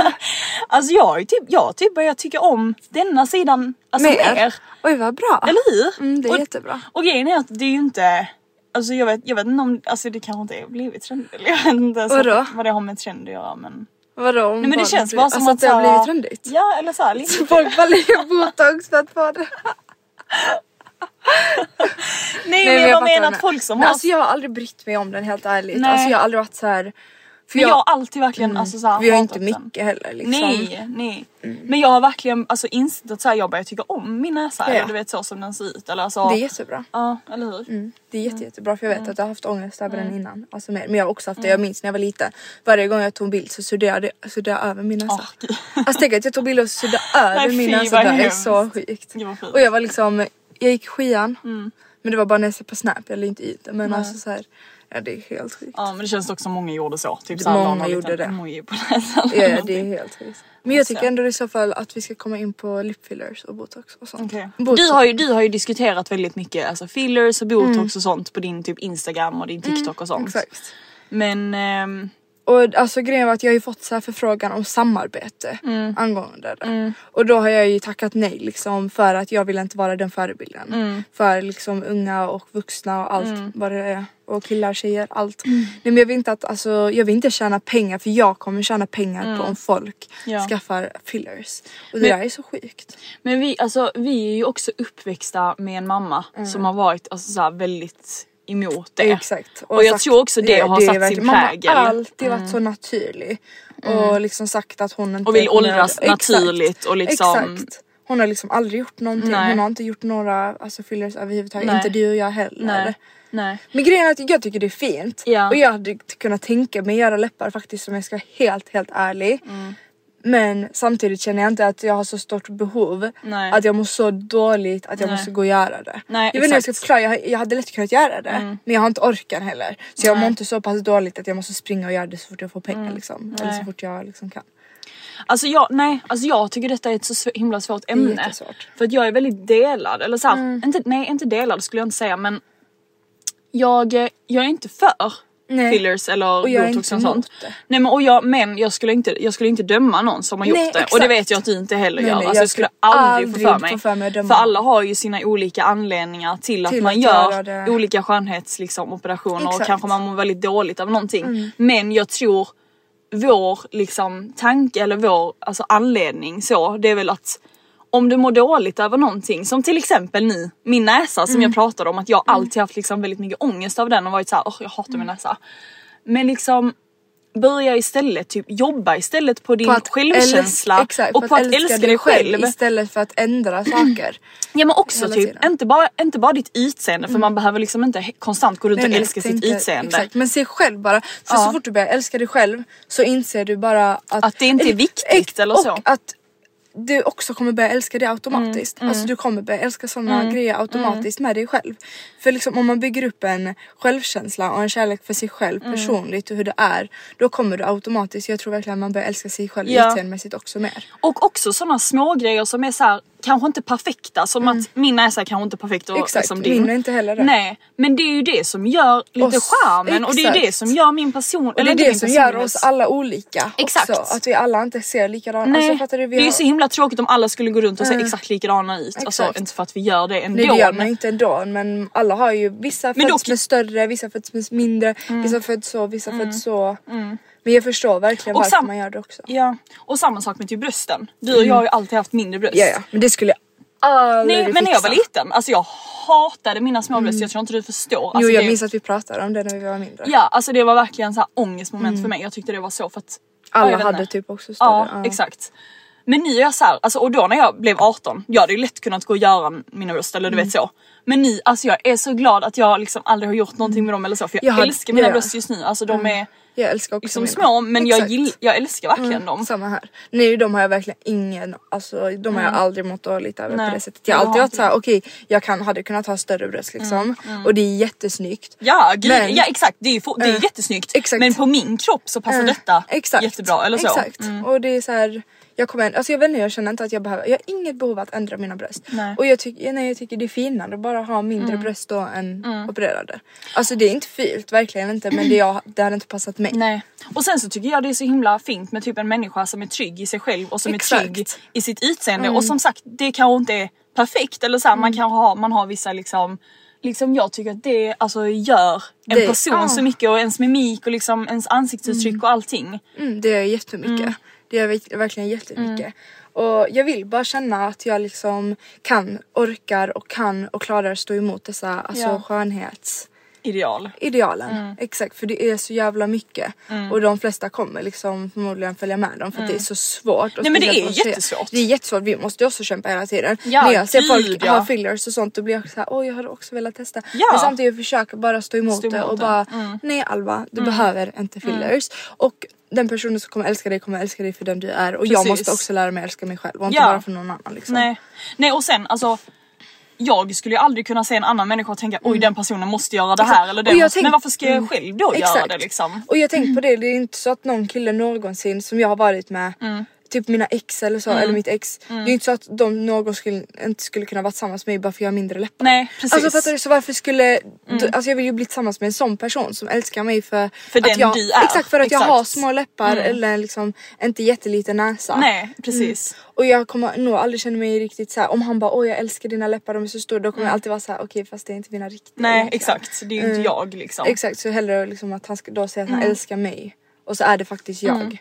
F: alltså jag är typ jag typ börjar tycka om denna sidan alltså mer. mer.
G: Oj vad bra.
F: Eller hur?
G: Mm, det är
F: och,
G: jättebra.
F: Och grejen är att det är ju inte alltså jag vet jag vet inte om alltså det kanske inte är blivit trend eller jag vet inte så vad det har med trend att göra men
G: vadå?
F: Nej, men det känns bara som
G: alltså,
F: att
G: det har blivit trendigt.
F: Ja eller så här lite.
G: Så folk bara lägger botox för att få det.
F: Nej, Nej men jag bara menar att folk som har
G: alltså jag har aldrig brytt mig om den helt ärligt. Nej. Alltså jag har aldrig varit så här.
F: För jag, jag har alltid verkligen mm, alltså, så här,
G: vi har inte mycket heller liksom.
F: Nej, nej. Mm. Men jag har verkligen alltså insett att så här, jag börjar tycka om min näsa ja. Eller du vet så som den ser ut eller alltså.
G: Det är jättebra.
F: Ja, eller hur?
G: Mm. Det är jätte, jättebra för jag vet mm. att jag har haft ångest över mm. den innan. Alltså mer. Men jag har också haft det. Jag minns när jag var liten. Varje gång jag tog en bild så suddade jag, suddade jag över min näsa. Oh, okay. Alltså tänk att jag tog bild och suddade över nej, min näsa. Det är så sjukt. Och jag var liksom, jag gick skian. Mm. Men det var bara när jag ser på Snap. Jag lade inte ut det. Men nej. Alltså så här. Ja, det är helt sjukt.
F: Ja, men det känns också som många gjorde så. Typ
G: så många gjorde det.
F: På näsan.
G: Ja, ja, det är helt sjukt. Men jag tycker ändå i så fall att vi ska komma in på lip fillers och botox och sånt.
F: Okay. Botox. Du, har ju, du har ju diskuterat väldigt mycket alltså fillers och botox mm. och sånt på din typ Instagram och din TikTok mm, och sånt.
G: Exakt.
F: Men... Ähm...
G: Och alltså grejen var att jag har ju fått så här förfrågan om samarbete mm. angående det. Mm. Och då har jag ju tackat nej liksom för att jag vill inte vara den förebilden. Mm. För liksom unga och vuxna och allt mm. vad det är. Och killar, tjejer, allt. Mm. Nej men jag vill inte att, alltså jag vill inte tjäna pengar för jag kommer tjäna pengar mm. på om folk ja. skaffar fillers. Och det men, där är så sjukt.
F: Men vi, alltså vi är ju också uppväxta med en mamma mm. som har varit alltså så här väldigt emot det.
G: Exakt.
F: Och, och jag sagt, tror också det, det har det satt sin prägel.
G: Mamma har alltid varit mm. så naturlig. Och mm. liksom sagt att hon inte...
F: Och vill åldras naturligt. Och liksom...
G: Exakt. Hon har liksom aldrig gjort någonting. Nej. Hon har inte gjort några alltså, fillers överhuvudtaget. Nej. Inte du och jag heller.
F: Nej. Nej.
G: Men grejen är att jag tycker det är fint. Ja. Och jag hade kunnat tänka mig göra läppar faktiskt, som jag ska vara helt, helt ärlig. Mm. Men samtidigt känner jag inte att jag har så stort behov. Nej. Att jag mår så dåligt att jag Nej. måste gå och göra det. Nej, jag vet inte hur jag ska förklara. Jag, jag hade lätt kunnat göra det. Mm. Men jag har inte orkan heller. Så Nej. jag mår inte så pass dåligt att jag måste springa och göra det så fort jag får pengar. Mm. Liksom. Eller så fort jag liksom kan.
F: Alltså jag, nej, alltså jag tycker detta är ett så himla svårt ämne. För att jag är väldigt delad. Eller så här, mm. inte, nej, inte delad skulle jag inte säga. Men jag, jag är inte för nej. fillers eller botox och sånt. Det. Nej, men, och jag, men jag skulle, inte, jag skulle inte döma någon som har nej, gjort det. Exakt. Och det vet jag att du inte heller nej, gör. Nej, alltså, jag skulle aldrig, aldrig få för mig. Få för, mig för alla har ju sina olika anledningar till att till man att gör det. olika skönhetsoperationer. Liksom, operationer, och kanske man mår väldigt dåligt av någonting. Mm. Men jag tror vår liksom tanke eller vår alltså anledning så, det är väl att om du mår dåligt över någonting, som till exempel nu, min näsa som mm. jag pratade om, att jag alltid haft liksom väldigt mycket ångest av den och varit så här, åh, jag hatar min näsa. Men liksom börja istället typ jobba istället på din på självkänsla
G: exakt,
F: och på att, att älska, älska dig själv. själv
G: istället för att ändra saker.
F: Ja, men också typ inte bara, inte bara ditt utseende, för mm. man behöver liksom inte konstant gå runt och älska sitt inte, utseende. Exakt,
G: men se själv bara. För ja. så fort du börjar älska dig själv så inser du bara att,
F: att det inte är viktigt eller så.
G: Och att du också kommer börja älska det automatiskt. Mm, mm. Alltså du kommer börja älska sådana mm, grejer automatiskt mm. med dig själv. För liksom om man bygger upp en självkänsla och en kärlek för sig själv mm. personligt och hur det är, då kommer du automatiskt, jag tror verkligen att man börjar älska sig själv ja. utseendemässigt också mer.
F: Och också sådana små grejer som är så här, kanske inte perfekta, som mm. att min näsa är kanske inte perfekt och
G: exakt,
F: som din.
G: Min är inte heller det.
F: Nej, men det är ju det som gör lite charmen och det är det som gör min person,
G: och eller det är det som gör oss alla olika. Exakt. Också, att vi alla inte ser likadana.
F: Nej,
G: alltså, fattar du, vi
F: det är
G: har...
F: ju så himla tråkigt om alla skulle gå runt och se mm. exakt likadana ut. Exakt. Alltså inte för att vi gör det ändå.
G: Nej, det gör man inte ändå, men alla har ju, vissa föds dock... med större, vissa föds med mindre, mm. vissa föds så, vissa mm. föds så. Mm. Men jag förstår verkligen och varför sam- man gör det också.
F: Ja, och samma sak med typ brösten. Du och mm. jag har ju alltid haft mindre bröst.
G: Ja, ja. Men det skulle jag aldrig
F: Nej, men när jag var liten, alltså jag hatade mina små bröst. Mm. Jag tror inte du förstår. Alltså,
G: jo, jag
F: det...
G: minns att vi pratade om det när vi var mindre.
F: Ja, alltså det var verkligen så här ångestmoment mm. för mig. Jag tyckte det var så för att
G: alla hade typ också större.
F: Ja, ja, exakt. Men nu är jag så här, alltså, och då när jag blev arton, jag hade ju lätt kunnat gå och göra mina bröst eller du mm. vet så. Men nu, alltså jag är så glad att jag liksom aldrig har gjort någonting med dem eller så. För jag, jag älskar hade, mina ja. bröst just nu, alltså de är
G: jag älskar också
F: liksom mina. små, men jag, gill, jag älskar verkligen mm, dem.
G: Samma här. Nej, de har jag verkligen ingen, alltså de har mm. jag aldrig mått dåligt över på det sättet. Jag har alltid varit såhär, okej, okay, jag kan, hade kunnat ha större bröst liksom. Mm, mm. Och det är jättesnyggt.
F: Ja, gud, men, ja exakt, det är, för, det är äh, jättesnyggt. Exakt. Men på min kropp så passar äh, detta exakt, jättebra, eller så.
G: Exakt, mm. och det är så här. Jag kommer, alltså jag vet inte, jag känner inte att jag behöver, jag har inget behov att ändra mina bröst. Nej. Och jag tycker, nej, jag tycker det är finare att bara ha mindre mm. bröst då än mm. opererade. Alltså det är inte fult, verkligen inte, men det, jag, det hade inte passat mig.
F: Nej. Och sen så tycker jag det är så himla fint med typ en människa som är trygg i sig själv och som exakt. är trygg i sitt utseende. Mm. Och som sagt, det kanske inte är perfekt eller så här, mm. man kanske har, man har vissa liksom, liksom jag tycker att det alltså gör en det, person ah. så mycket och ens mimik och liksom ens ansiktsuttryck mm. och allting.
G: Mm, det är jättemycket. Mm. Det är verkligen jättemycket. Mm. Och jag vill bara känna att jag liksom kan, orkar och kan och klarar att stå emot dessa alltså, ja. skönhets...
F: Ideal.
G: Idealen, mm. exakt. För det är så jävla mycket. Mm. Och de flesta kommer liksom förmodligen följa med dem. För mm. att det är så svårt.
F: Nej men det är jättesvårt.
G: Det är jättesvårt, vi måste också kämpa hela tiden.
F: Ja,
G: när jag ser
F: gud,
G: folk
F: ja.
G: ha fillers och sånt, då blir jag såhär, åh jag hade också velat testa.
F: Ja.
G: Men samtidigt försöker bara stå emot, stå emot det. Och det. bara, mm. nej Alva, du mm. behöver inte fillers. Mm. Och den personen som kommer älska dig kommer älska dig för den du är. Och Precis. jag måste också lära mig älska mig själv. Och inte ja. bara för någon annan liksom.
F: Nej. nej och sen alltså jag skulle ju aldrig kunna se en annan människa och tänka oj mm. den personen måste göra det här eller det måste, tänk, men varför ska jag mm, själv då exakt. göra det liksom?
G: Och jag tänkte på det, det är inte så att någon kille någonsin som jag har varit med mm. typ mina ex eller så, mm. eller mitt ex mm. det är inte så att de någon skulle, inte skulle kunna vara tillsammans med mig bara för jag har mindre läppar.
F: Nej, precis.
G: Alltså fattar du, så varför skulle mm. d- alltså jag vill ju bli tillsammans med en sån person som älskar mig för,
F: för
G: att
F: den
G: jag,
F: du är.
G: Exakt, för att
F: exakt.
G: jag har små läppar mm. eller liksom inte jätteliten näsa.
F: Nej, precis.
G: Mm. Och jag kommer nog aldrig känna mig riktigt så här, om han bara oj jag älskar dina läppar, de är så stora, då kommer mm. jag alltid vara så här: okej okay, fast det är inte mina riktiga.
F: Nej, läppar. Exakt. Det är ju inte mm. jag liksom.
G: Exakt, så hellre liksom att han ska då säga att han mm. älskar mig och så är det faktiskt jag.
F: Mm.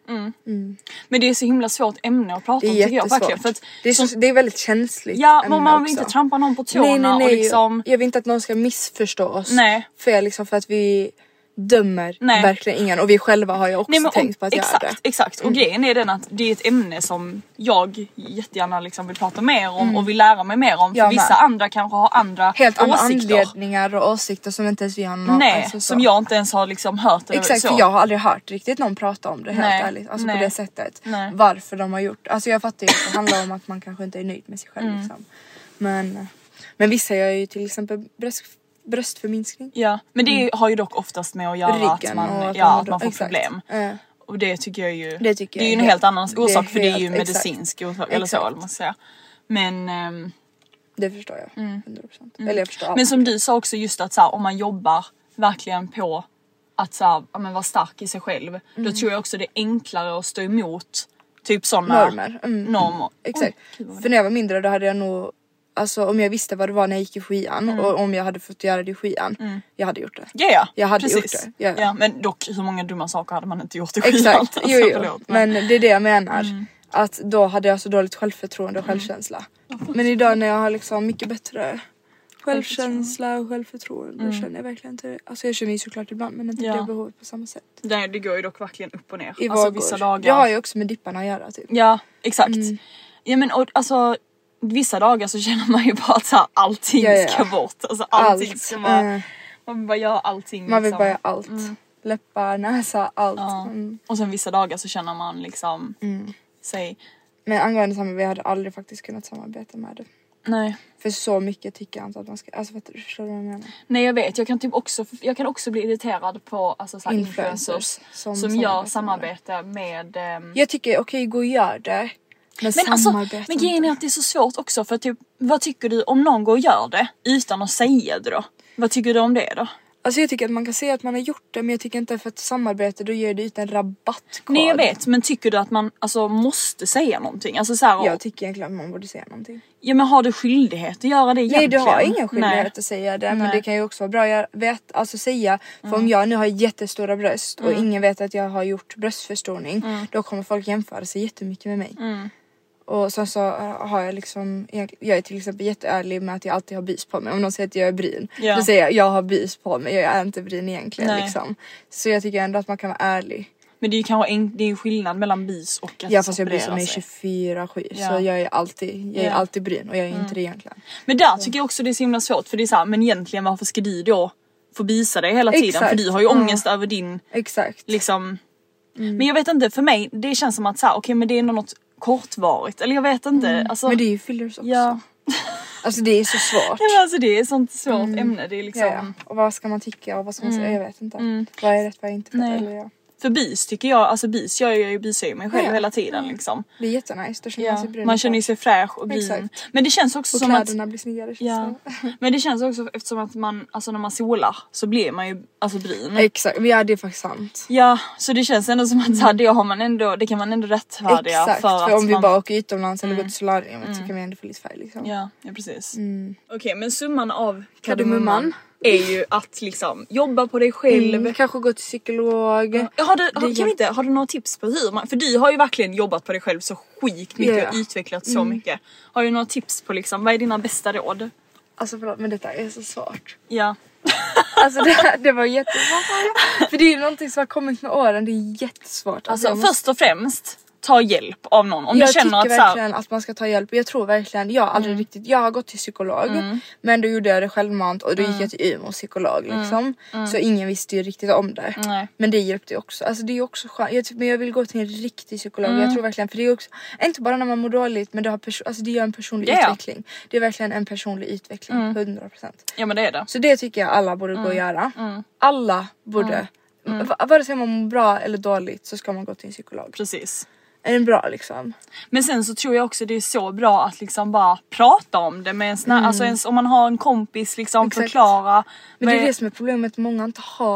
F: Mm. Mm. Men det är så himla svårt ämne att prata om tycker jag faktiskt. För att,
G: det, är så,
F: som,
G: det är väldigt känsligt.
F: Ja, men man vill inte trampa någon på tårna.
G: Nej, nej, nej.
F: Och liksom...
G: Jag vill inte att någon ska missförstå oss.
F: Nej.
G: För, liksom, för att vi dömer nej. verkligen ingen. Och vi själva har ju också nej, men, tänkt på att
F: exakt,
G: göra det.
F: Exakt, och mm. grejen är den att det är ett ämne som jag jättegärna liksom vill prata mer om mm. och vill lära mig mer om. För vissa andra kanske har andra
G: helt
F: åsikter.
G: andra anledningar och åsikter som inte ens vi har någon.
F: Nej, alltså, som jag inte ens har liksom hört.
G: Exakt,
F: så.
G: För jag har aldrig hört riktigt någon prata om det helt
F: nej.
G: ärligt. Alltså
F: nej.
G: på det sättet.
F: Nej.
G: Varför de har gjort. Alltså jag fattar ju att det handlar om att man kanske inte är nöjd med sig själv mm. liksom. Men, men vissa gör ju till exempel bröst bröstförminskning. Ja, men det mm. har ju dock oftast med att göra Ryggen att man, att ja, att man får exakt. problem. Uh. Och det tycker jag ju, det, tycker det är ju en helt, helt annan orsak, för det är ju medicinsk orsak, eller så, eller man säga. Men um, det förstår jag, mm. hundra procent. Eller jag förstår allt.
F: Men som du sa också, just att så här, om man jobbar verkligen på att så här, ja, men vara stark i sig själv, mm. då tror jag också det är enklare att stå emot typ sådana
G: normer. Mm.
F: normer.
G: Exakt. Oj, för när jag var mindre då hade jag nog, alltså om jag visste vad det var när jag gick i skian mm. och om jag hade fått göra det i skian, mm. jag hade gjort det.
F: Ja, ja.
G: Jag hade
F: precis.
G: gjort det. Ja, ja.
F: Ja, men dock hur många dumma saker hade man inte gjort i skian?
G: Exakt, jo, jo. Alltså, men det är det jag menar. Mm. Att då hade jag så dåligt självförtroende och självkänsla. Mm. Men idag när jag har liksom mycket bättre självkänsla och självförtroende mm. känner jag verkligen inte det. Alltså jag känner ju såklart ibland, men inte ja. det behovet på samma sätt.
F: Nej, det går ju dock verkligen upp och ner.
G: I
F: alltså vissa dagar.
G: Jag har ju också med dipparna att göra typ.
F: Ja, exakt. Mm. Ja men och, alltså vissa dagar så känner man ju bara att så här, allting ja, ja. ska bort. Alltså allting allt. ska bara, mm. man vill bara göra allting.
G: Man vill
F: liksom.
G: bara göra allt. Mm. Läppar, näsa, allt.
F: Ja.
G: Mm.
F: Och sen vissa dagar så känner man liksom mm. sig.
G: Men angående samarbete, jag hade aldrig faktiskt kunnat samarbeta med det.
F: Nej.
G: För så mycket tycker jag inte att man ska, alltså vet du, förstår du vad jag menar?
F: Nej jag vet, jag kan typ också, jag kan också bli irriterad på alltså, så här, influencers, influencers som, som gör samarbete med um...
G: Jag tycker okej, okay, gå och gör det. Men,
F: men alltså, men grejen är att det är så svårt också, för typ, vad tycker du om någon går och gör det utan att säga det då? Vad tycker du om det då?
G: Alltså jag tycker att man kan säga att man har gjort det, men jag tycker inte för ett samarbete då ger det ut en rabattkod.
F: Nej jag vet, men tycker du att man alltså måste säga någonting? Alltså så här,
G: jag tycker egentligen att man borde säga någonting.
F: Ja men har du skyldighet att göra det egentligen?
G: Nej du har ingen skyldighet Nej. att säga det, men Nej. det kan ju också vara bra att veta, alltså säga. För mm. om jag nu har jättestora bröst och mm. ingen vet att jag har gjort bröstförstoring, mm. då kommer folk jämföra sig jättemycket med mig. Mm. Och sen så har jag liksom, jag är till exempel jätteärlig med att jag alltid har bys på mig. Om någon säger att jag är bryn, ja. då säger jag jag har bys på mig. Jag är inte bryn egentligen liksom. Så jag tycker ändå att man kan vara ärlig.
F: Men det är ju kanske en, det är skillnad mellan bis och att
G: ja, fast jag blir som är tjugofyra sju ja. Så jag är alltid, jag är ja. alltid bryn och jag är mm. inte det egentligen.
F: Men där tycker jag också det är så himla svårt, för det är så här, men egentligen varför ska du då få bisa dig hela tiden? Exakt. För du har ju ångest mm. över din
G: Exakt.
F: liksom mm. Men jag vet inte, för mig det känns som att så här, okej okay, men det är ändå något kortvarigt, eller jag vet inte mm. alltså,
G: men det är ju fillers också ja. Alltså det är så svårt.
F: Ja, alltså det är ett sånt svårt mm. ämne, det är liksom
G: ja, ja. Och vad ska man tycka och vad ska man mm. säga, jag vet inte mm. vad är rätt, vad är inte rätt, eller ja.
F: För bis tycker jag, alltså bis, jag gör ju bis mig själv ja. hela tiden liksom.
G: Det är jättenice, då känner
F: ja.
G: man sig brun.
F: Man känner sig fräsch och brun. Exakt. Men det känns också
G: och
F: som att
G: kläderna blir snyggare.
F: Ja. Men det känns också eftersom att man, alltså när man solar så blir man ju alltså brun.
G: Exakt, ja det är faktiskt sant.
F: Ja, så det känns ändå som att mm. så här, det har man ändå, det kan man ändå rättfärdiga.
G: Exakt,
F: för,
G: för
F: att
G: om vi
F: man...
G: bara åker utomlands
F: mm.
G: eller går till solarium
F: mm.
G: så kan vi ändå få lite färg liksom.
F: Ja, ja precis.
G: Mm.
F: Okej, okay, men summan av kardemumman är ju att liksom jobba på dig själv.
G: Mm, kanske gå till psykolog.
F: Ja. Har, du, har, kan vi inte, har du några tips på hur man... För du har ju verkligen jobbat på dig själv så sjukt mycket yeah. och utvecklat så mm. mycket. Har du några tips på liksom, vad är dina bästa råd?
G: Alltså förlåt, men detta är så svårt.
F: Ja.
G: Alltså det, det var jättesvårt. För det är ju någonting som har kommit med åren. Det är jättesvårt.
F: Alltså, alltså först och främst ta hjälp av någon. Om
G: jag
F: du känner
G: tycker
F: att,
G: verkligen
F: så här...
G: att man ska ta hjälp. Jag tror verkligen, jag har aldrig mm. riktigt, jag har gått till psykolog mm. men då gjorde jag det självmant och då gick mm. jag till Umeå psykolog liksom. Mm. Mm. Så ingen visste ju riktigt om det.
F: Nej.
G: Men det hjälpte också. Alltså det är ju också skönt. Jag, men jag vill gå till en riktig psykolog. Mm. Jag tror verkligen, för det är också inte bara när man mår dåligt, men det har perso- alltså det gör en personlig yeah. utveckling. Det är verkligen en personlig utveckling, mm. hundra procent.
F: Ja men det är det.
G: Så det tycker jag alla borde mm. gå och göra. Mm. Alla borde. Mm. Mm. Vare sig man mår bra eller dåligt så ska man gå till en psykolog.
F: Precis.
G: Är den bra liksom?
F: Men sen så tror jag också det är så bra att liksom bara prata om det med en sån här, mm. alltså ens, om man har en kompis liksom. Exakt. Förklara.
G: Men det är det som är problemet, många inte har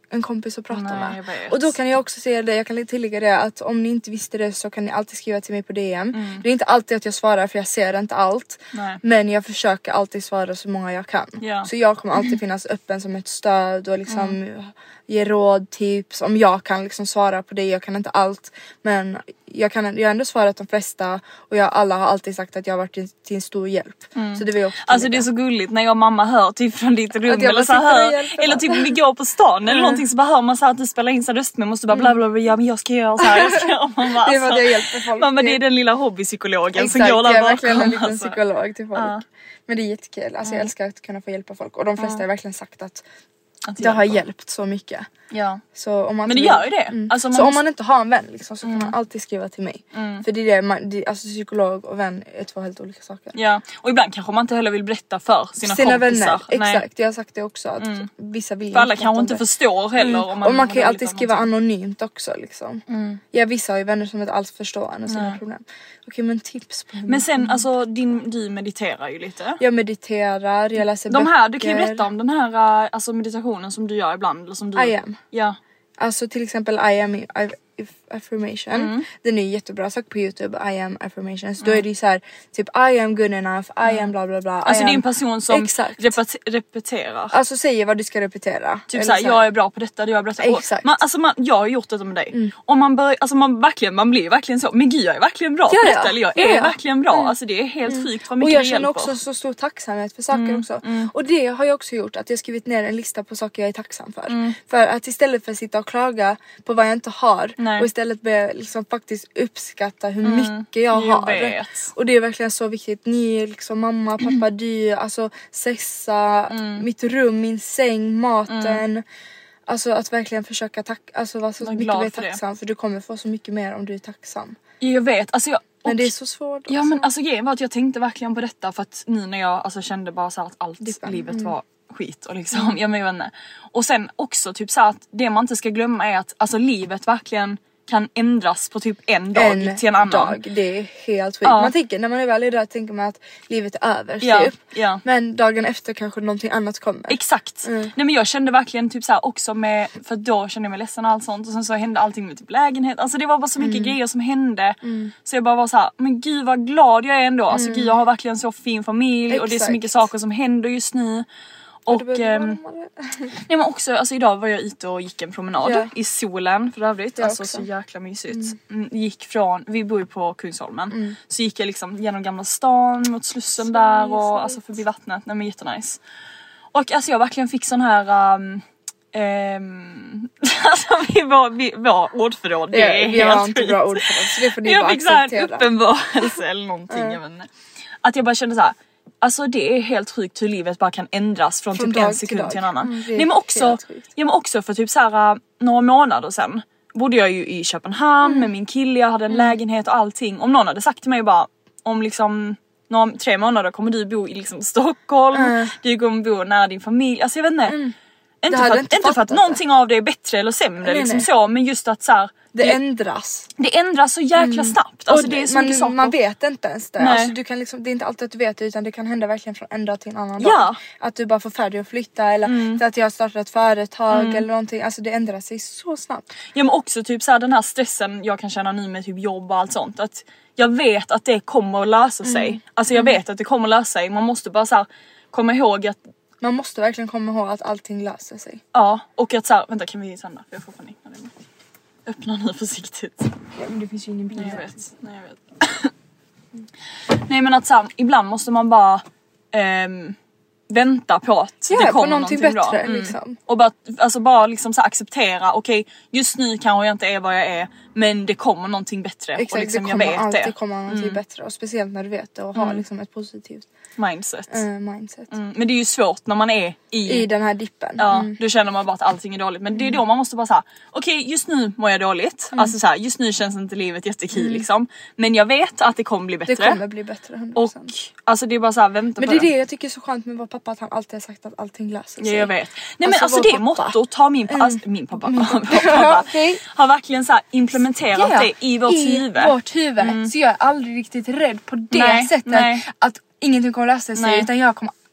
G: en kompis att prata
F: Nej,
G: med.
F: jag vet.
G: Och då kan jag också säga det, jag kan tillägga det att om ni inte visste det så kan ni alltid skriva till mig på D M.
F: Mm.
G: Det är inte alltid att jag svarar för jag ser inte allt.
F: Nej.
G: Men jag försöker alltid svara så många jag kan.
F: Ja.
G: Så jag kommer alltid finnas öppen som ett stöd och liksom mm. ge råd, tips. Om jag kan liksom svara på det, jag kan inte allt. Men jag kan jag har ändå svarat de flesta och jag, alla har alltid sagt att jag har varit till, till en stor hjälp. Mm. Så det var också
F: alltså det är så gulligt när jag och mamma hör typ från ditt rum eller så hör, eller typ vi går på stan mm. eller någonting så bara hör man så här att du spelar in så röst men måste bara bla bla bla ja men jag ska göra så här jag ska göra. Man bara,
G: det är för att jag hjälper folk.
F: Mamma det är den lilla hobbypsykologen
G: exakt,
F: som går där
G: jag är
F: bakom.
G: verkligen en liten
F: alltså.
G: psykolog till folk. Uh. Men det är jättekul. Alltså uh. jag älskar att kunna få hjälpa folk och de flesta uh. har verkligen sagt att Att det har hjälpt så mycket.
F: Ja.
G: Så om man
F: men det gör ju det. Mm. Alltså,
G: man så
F: måste...
G: om man inte har en vän liksom, så
F: mm.
G: kan man alltid skriva till mig.
F: Mm.
G: För det är det, man, det, alltså psykolog och vän är två helt olika saker.
F: Ja, och ibland kanske man inte heller vill berätta för sina,
G: sina
F: kompisar.
G: Vänner,
F: Nej.
G: exakt. Jag har sagt det också. Att
F: mm.
G: vissa vill
F: för alla kanske inte förstår heller.
G: Mm.
F: Om man
G: och man kan ju alltid skriva
F: någonting.
G: anonymt också liksom. Mm. Ja, vissa har ju vänner som inte alls förstår en och sina problem. Okej, men tips på hur
F: men sen, man... alltså din, du mediterar ju lite.
G: Jag mediterar, jag läser
F: De här,
G: böcker.
F: du kan ju berätta om den här alltså meditationen som du gör ibland. Eller som du...
G: I am.
F: Ja.
G: Alltså till exempel I am affirmation. Mm. Den är jättebra. Sök på YouTube I am affirmations. Mm. Då är det så här typ I am good enough, I am bla bla bla.
F: Alltså
G: I
F: det är
G: am...
F: en person som
G: exakt.
F: Repet- repeterar.
G: Alltså säger vad du ska repetera.
F: Typ såhär, jag är bra på detta, du är bra på detta.
G: Exakt.
F: Man, alltså man, jag har gjort det med dig.
G: Mm.
F: Och man börjar, alltså man verkligen, man blir verkligen så. Men gud jag är verkligen bra
G: ja,
F: på detta. Eller jag är
G: ja.
F: verkligen bra.
G: Mm.
F: Alltså det är helt
G: mm.
F: sjukt vad mycket
G: och jag
F: det
G: känner
F: hjälper.
G: också så stor tacksamhet för saker
F: mm.
G: också.
F: Mm.
G: Och det har jag också gjort. Att jag skrivit ner en lista på saker jag är tacksam för. Mm. För att istället för att sitta och klaga på vad jag inte har.
F: Nej.
G: Och istället börja liksom faktiskt uppskatta hur
F: mm.
G: mycket jag, jag har.
F: Vet.
G: Och det är verkligen så viktigt. Ni liksom mamma, pappa, mm. du, alltså Sessa, mm. mitt rum, min säng, maten. Mm. Alltså att verkligen försöka tacka, alltså vara så
F: var
G: mycket mer
F: för
G: tacksam.
F: Det.
G: För du kommer få så mycket mer om du är tacksam.
F: Jag vet, alltså jag...
G: Men det är så svårt också.
F: Ja men alltså grejen var att jag tänkte verkligen på detta. För att nu när jag alltså, kände bara så här att allt Dippen. livet mm. var skit och liksom, mm. jag menar inte. Och sen också typ så här att det man inte ska glömma är att alltså livet verkligen kan ändras på typ en dag en till en annan
G: dag. Det är helt sjukt. Ja. Man tänker, när man är väl i det tänker man att livet är över
F: ja.
G: typ.
F: Ja.
G: Men dagen efter kanske någonting annat kommer.
F: Exakt. Mm. Nej men jag kände verkligen typ så här också med, för då kände jag mig ledsen och allt sånt. Och sen så hände allting med typ lägenhet. Alltså det var bara så mycket mm. grejer som hände. Mm. Så jag bara var så här, men gud vad glad jag är ändå. Alltså mm. gud jag har verkligen så fin familj. Exakt. Och det är så mycket saker som händer just nu. Och ähm, nej men också alltså idag var jag ute och gick en promenad yeah. i solen för övrigt, alltså också. Så jäkla mysigt. Mm. Gick från, vi bor ju på Kungsholmen. Mm. Så gick jag liksom genom Gamla stan mot Slussen så där mysigt. Och alltså förbi vattnet. Nej men jättenice. Och alltså jag verkligen fick sån här um, um, alltså vi var, vi var ordförråd. Det är
G: vi
F: helt
G: har inte bra ordförråd så det får ni
F: jag
G: bara
F: fick så här
G: en
F: uppenbarelse eller någonting mm. jag vet inte. Att jag bara kände så här. Alltså det är helt sjukt hur livet bara kan ändras från, från typ en sekund till, till en annan. Mm, Nej, men också, ja, men också för typ så här några månader sedan bodde jag ju i Köpenhamn mm. med min kille, jag hade en mm. lägenhet och allting. Om någon hade sagt till mig bara om liksom några, tre månader kommer du bo i liksom Stockholm, mm. du kommer bo nära din familj. Alltså jag vet inte. Mm. Inte, för att, inte, inte för att någonting av det är bättre eller sämre nej, liksom nej. Så, men just att så här,
G: det, det ändras.
F: Det ändras så jäkla mm. snabbt. Alltså det, det är så
G: man,
F: mycket saker.
G: Man vet inte ens det. Alltså, du kan liksom, det är inte alltid att du vet det utan det kan hända verkligen från en dag till en annan
F: ja.
G: dag. Att du bara får färdig att flytta eller mm. att jag startar ett företag mm. eller någonting. Alltså det ändrar sig så snabbt.
F: Ja men också typ så här, den här stressen jag kan känna nu med typ jobb och allt sånt. Att jag vet att det kommer att lösa sig. Mm. Alltså jag vet att det kommer att lösa sig. Man måste bara så här, komma ihåg att
G: man måste verkligen komma ihåg att allting löser sig.
F: Ja, och att så här, vänta kan vi sända? Jag får panik när det är öppna nu försiktigt.
G: Ja, men det finns ju ingen bil.
F: Nej, jag vet. Nej, jag vet. Nej, men att så här, ibland måste man bara ehm, vänta på att
G: ja,
F: det kommer
G: på någonting,
F: någonting
G: bättre,
F: bra. Mm.
G: Liksom.
F: Och bara, alltså bara liksom så här, acceptera, okej, okay, just nu kanske jag inte är vad jag är, men det kommer någonting bättre.
G: Exakt,
F: och liksom,
G: det kommer
F: jag vet
G: alltid
F: det.
G: komma någonting mm. bättre. Och speciellt när du vet det och har mm. liksom ett positivt
F: mindset.
G: Uh, mindset.
F: Mm. Men det är ju svårt när man är i,
G: I den här dippen.
F: Ja,
G: mm.
F: då känner man bara att allting är dåligt. Men det är då man måste bara säga, okej okay, just nu mår jag dåligt. Mm. Alltså så här, just nu känns inte livet jättekul mm. liksom. Men jag vet att det kommer bli bättre.
G: Det kommer bli bättre. hundra procent.
F: Och alltså det är bara så här, vänta
G: men
F: på
G: det. Men det är
F: det
G: det jag tycker är så skönt med vår pappa att han alltid har sagt att allting löser sig.
F: Ja, jag vet. Nej men alltså, alltså det är mottot. Ta min, mm. alltså, min pappa. Min pappa. pappa okay. Har verkligen så här implementerat ja, det i vårt
G: i
F: huvud.
G: I vårt huvud. Mm. Så jag är aldrig riktigt rädd på det
F: nej,
G: sättet.
F: Nej.
G: Att ingenting kommer lösa sig. Nej. Utan jag kommer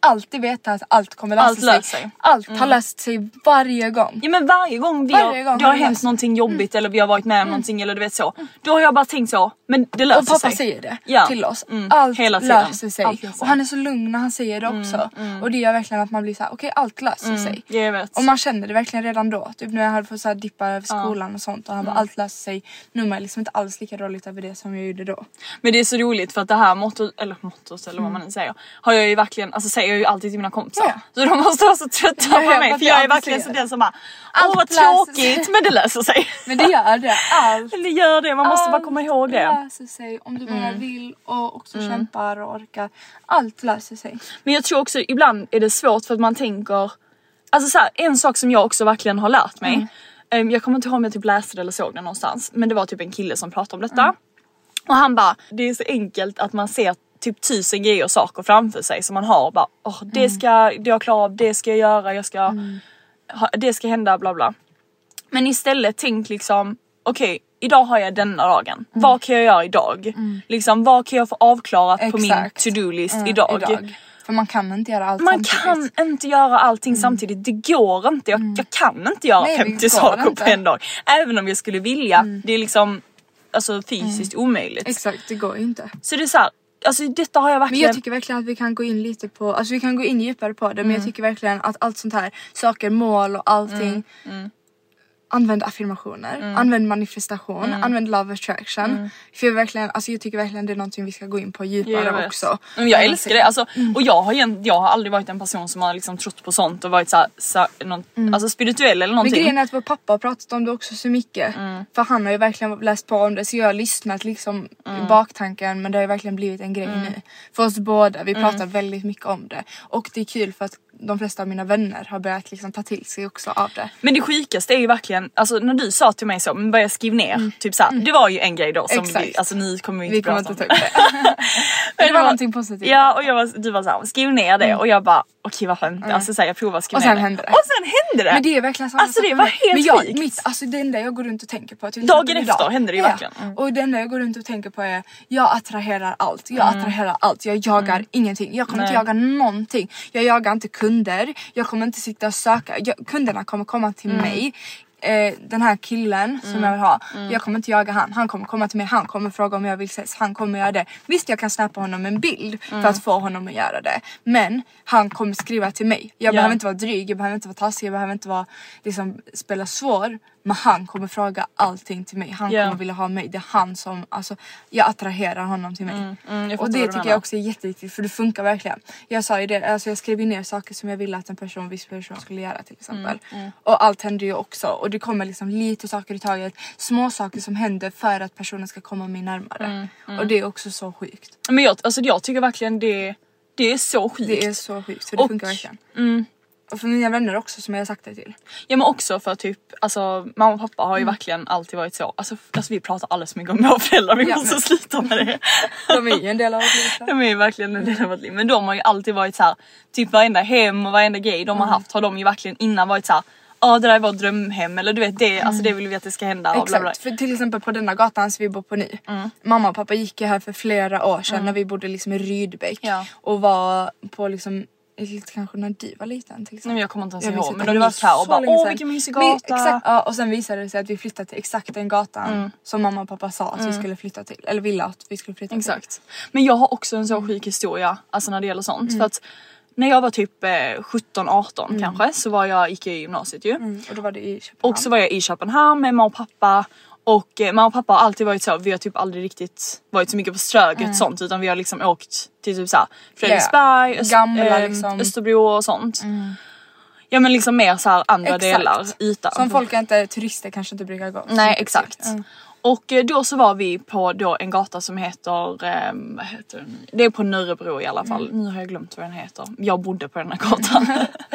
G: alltid veta att allt kommer lösa
F: allt
G: sig.
F: löser sig.
G: Allt
F: mm.
G: har löst sig varje gång.
F: Ja men varje gång vi
G: varje
F: har,
G: gång
F: det har
G: har
F: hänt någonting jobbigt mm. eller vi har varit med om mm. någonting eller du vet så. Mm. Då har jag bara tänkt så, men det löser sig.
G: Och pappa
F: sig.
G: säger det
F: ja.
G: till oss.
F: Mm.
G: Allt
F: Hela
G: löser sig.
F: Allt
G: och han är så lugn när han säger det också. Mm. Mm. Och det gör verkligen att man blir så här: okej okay, allt löser mm. sig.
F: Jag vet.
G: Och man känner det verkligen redan då. Typ när jag hade fått så här dippa över skolan ja. och sånt. Och han bara mm. allt löser sig. Nu är jag liksom inte alls lika dåligt över det som jag gjorde då.
F: Men det är så roligt för att det här mottot, eller mottot eller vad man än säger, har jag ju verkligen, alltså säger jag ju alltid till mina kompisar. Ja. Så de måste vara så trötta ja, på mig för jag är verkligen så den som bara åh vad tråkigt men det löser sig.
G: Men det gör det, allt.
F: Det gör det, man måste
G: allt
F: bara komma ihåg det.
G: Allt löser sig om du bara mm. vill och också mm. kämpar och orkar. Allt löser sig.
F: Men jag tror också ibland är det svårt för att man tänker, alltså så här, en sak som jag också verkligen har lärt mig. Mm. Jag kommer inte ihåg om jag typ läste det eller såg det någonstans, men det var typ en kille som pratade om detta. Mm. Och han bara, det är så enkelt att man ser typ tusen grejer och saker framför sig som man har bara, åh oh, det ska det jag klarar av, det ska jag göra, jag ska mm. ha, det ska hända bla bla. Men istället tänk liksom, okej, okay, idag har jag denna dagen. Mm. Vad kan jag göra idag? Mm. Liksom, vad kan jag få avklarat Exakt. på min to-do-list mm, idag? idag?
G: För man kan inte göra allt
F: man
G: samtidigt.
F: Man kan inte göra allting mm. samtidigt. Det går inte. Jag, mm. jag kan inte göra Nej, femtio saker inte. på en dag. Även om jag skulle vilja. Mm. Det är liksom alltså, fysiskt mm. omöjligt.
G: Exakt, det går ju inte.
F: Så det är så här, alltså detta har jag verkligen...
G: Men jag tycker verkligen att vi kan gå in lite på, alltså vi kan gå in djupare på det. Mm. Men jag tycker verkligen att allt sånt här, saker, mål och allting... Mm. Mm. Använd affirmationer, mm. använd manifestation, mm. använd love attraction. Mm. För jag verkligen, alltså jag tycker verkligen det är någonting vi ska gå in på djupare också.
F: Men jag älskar det, alltså, mm. och jag har, jag har aldrig varit en person som har liksom trott på sånt och varit så här, så, någon, mm. alltså spirituell eller någonting.
G: Men grejen är att vår pappa har pratat om det också så mycket. Mm. För han har ju verkligen läst på om det, så jag har lyssnat liksom mm. i baktanken, men det har ju verkligen blivit en grej mm. nu. För oss båda, vi pratar mm. väldigt mycket om det. Och det är kul för att de flesta av mina vänner har börjat liksom ta till sig också av det.
F: Men det sjukaste är ju verkligen, alltså när du sa till mig så, men börja skriva ner, mm. typ såhär, mm. det var ju en grej då som vi, alltså ni kommer inte
G: vi
F: prata
G: kommer inte ta upp det. Men det var någonting positivt.
F: Ja, och jag var, du var såhär, skriv ner det mm. och jag bara, okej vad skönt, mm. alltså såhär, jag provar att skriva
G: och sen
F: ner
G: hände det.
F: Och sen hände det.
G: Men det är verkligen samma
F: alltså det var helt
G: men jag,
F: sjukt.
G: Mitt, alltså det enda jag går runt och tänker på till
F: dagen efter idag, händer det ju ja. verkligen. Mm.
G: Och det enda jag går runt och tänker på är, jag attraherar allt, jag mm. attraherar allt, jag jagar mm. ingenting, jag kommer Nej. inte jaga någonting, jag jagar inte kunder, jag kommer inte sitta och söka, jag, kunderna kommer komma till mm. mig. Eh, den här killen mm. som jag vill ha, mm. jag kommer inte jaga han, han kommer komma till mig, han kommer fråga om jag vill ses, han kommer göra det. Visst, jag kan snappa honom en bild mm. för att få honom att göra det, men han kommer skriva till mig. Jag yeah. behöver inte vara dryg, jag behöver inte vara taskig, jag behöver inte vara liksom spela svår, men han kommer fråga allting till mig, han yeah. kommer vilja ha mig, det är han som, alltså jag attraherar honom till mig. Mm. Mm, och det tycker jag också är jätteviktigt, för det funkar verkligen. Jag sa ju det, alltså jag skrev ner saker som jag ville att en person, viss person skulle göra till exempel. Mm. Mm. Och allt händer ju också, och det kommer liksom lite saker i taget, små saker som händer för att personen ska komma mig närmare. Mm. Mm. Och det är också så sjukt.
F: Men jag, alltså jag tycker verkligen det, det är så sjukt.
G: Det är så sjukt, för det och, funkar verkligen. Mm. Och för mina vänner också, som jag har sagt det till.
F: Ja, men också för typ, alltså mamma och pappa har ju mm. verkligen alltid varit så. Alltså, alltså vi pratar alldeles så mycket om våra föräldrar, vi ja, måste men... sluta med det.
G: De är ju en del av vårt liv.
F: De är ju verkligen en del av vårt liv. Men de har ju alltid varit så här, typ varenda hem och varenda grej de har mm. haft, har de ju verkligen innan varit så här. Ja, det där var drömhem, eller du vet det, mm. alltså det vill vi att det ska hända.
G: Exakt,
F: bla bla.
G: För till exempel på denna gatan som vi bor på nu. Mm. Mamma och pappa gick ju här för flera år sedan mm. när vi bodde liksom i Rydebäck. Ja. Och var på liksom, kanske när du var liten till exempel.
F: Nej, men jag kommer inte ens ihåg, men
G: de
F: gick här och bara, åh vilken mysig gata.
G: Vi, exakt, ja, och sen visade det sig att vi flyttade till exakt den gatan mm. som mamma och pappa sa att mm. vi skulle flytta till. Eller ville att vi skulle flytta
F: exakt. till.
G: Exakt.
F: Men jag har också en så sjuk historia, alltså när det gäller sånt. Mm. För att när jag var typ eh, sjutton arton mm. kanske, så var jag, gick jag i gymnasiet ju.
G: Mm. Och då var det i Köpenhamn.
F: Och så var jag i Köpenhamn med mamma och pappa. Och eh, mamma och pappa har alltid varit så, vi har typ aldrig riktigt varit så mycket på Ströget mm. sånt, utan vi har liksom åkt till typ såhär Fredriksberg, yeah. Öst,
G: Gamla,
F: eh,
G: liksom.
F: Österbro och sånt.
G: Mm.
F: Ja, men liksom mer så här andra
G: exakt.
F: delar, ytan.
G: Som folk inte, turister kanske inte brukar gå.
F: Nej, exakt. Mm. Och då så var vi på då en gata som heter, eh, vad heter den? Det är på Nörrebro i alla fall. Mm. Nu har jag glömt vad den heter. Jag bodde på den här gatan.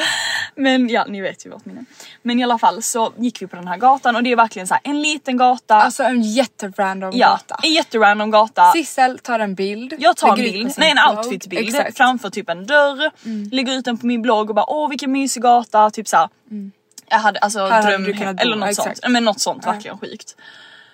F: Men ja, ni vet ju vart min är. Men i alla fall så gick vi på den här gatan, och det är verkligen så här en liten gata.
G: Alltså en jätterandom
F: ja,
G: gata.
F: en jätterandom gata.
G: Sissel tar en bild.
F: Jag tar en bild, nej en outfitbild framför typ en dörr. Mm. Lägger ut den på min blogg och bara, åh vilken mysig gata, typ så här. Mm. Jag hade alltså dröm eller något exakt. sånt. Men något sånt, mm. verkligen sjukt.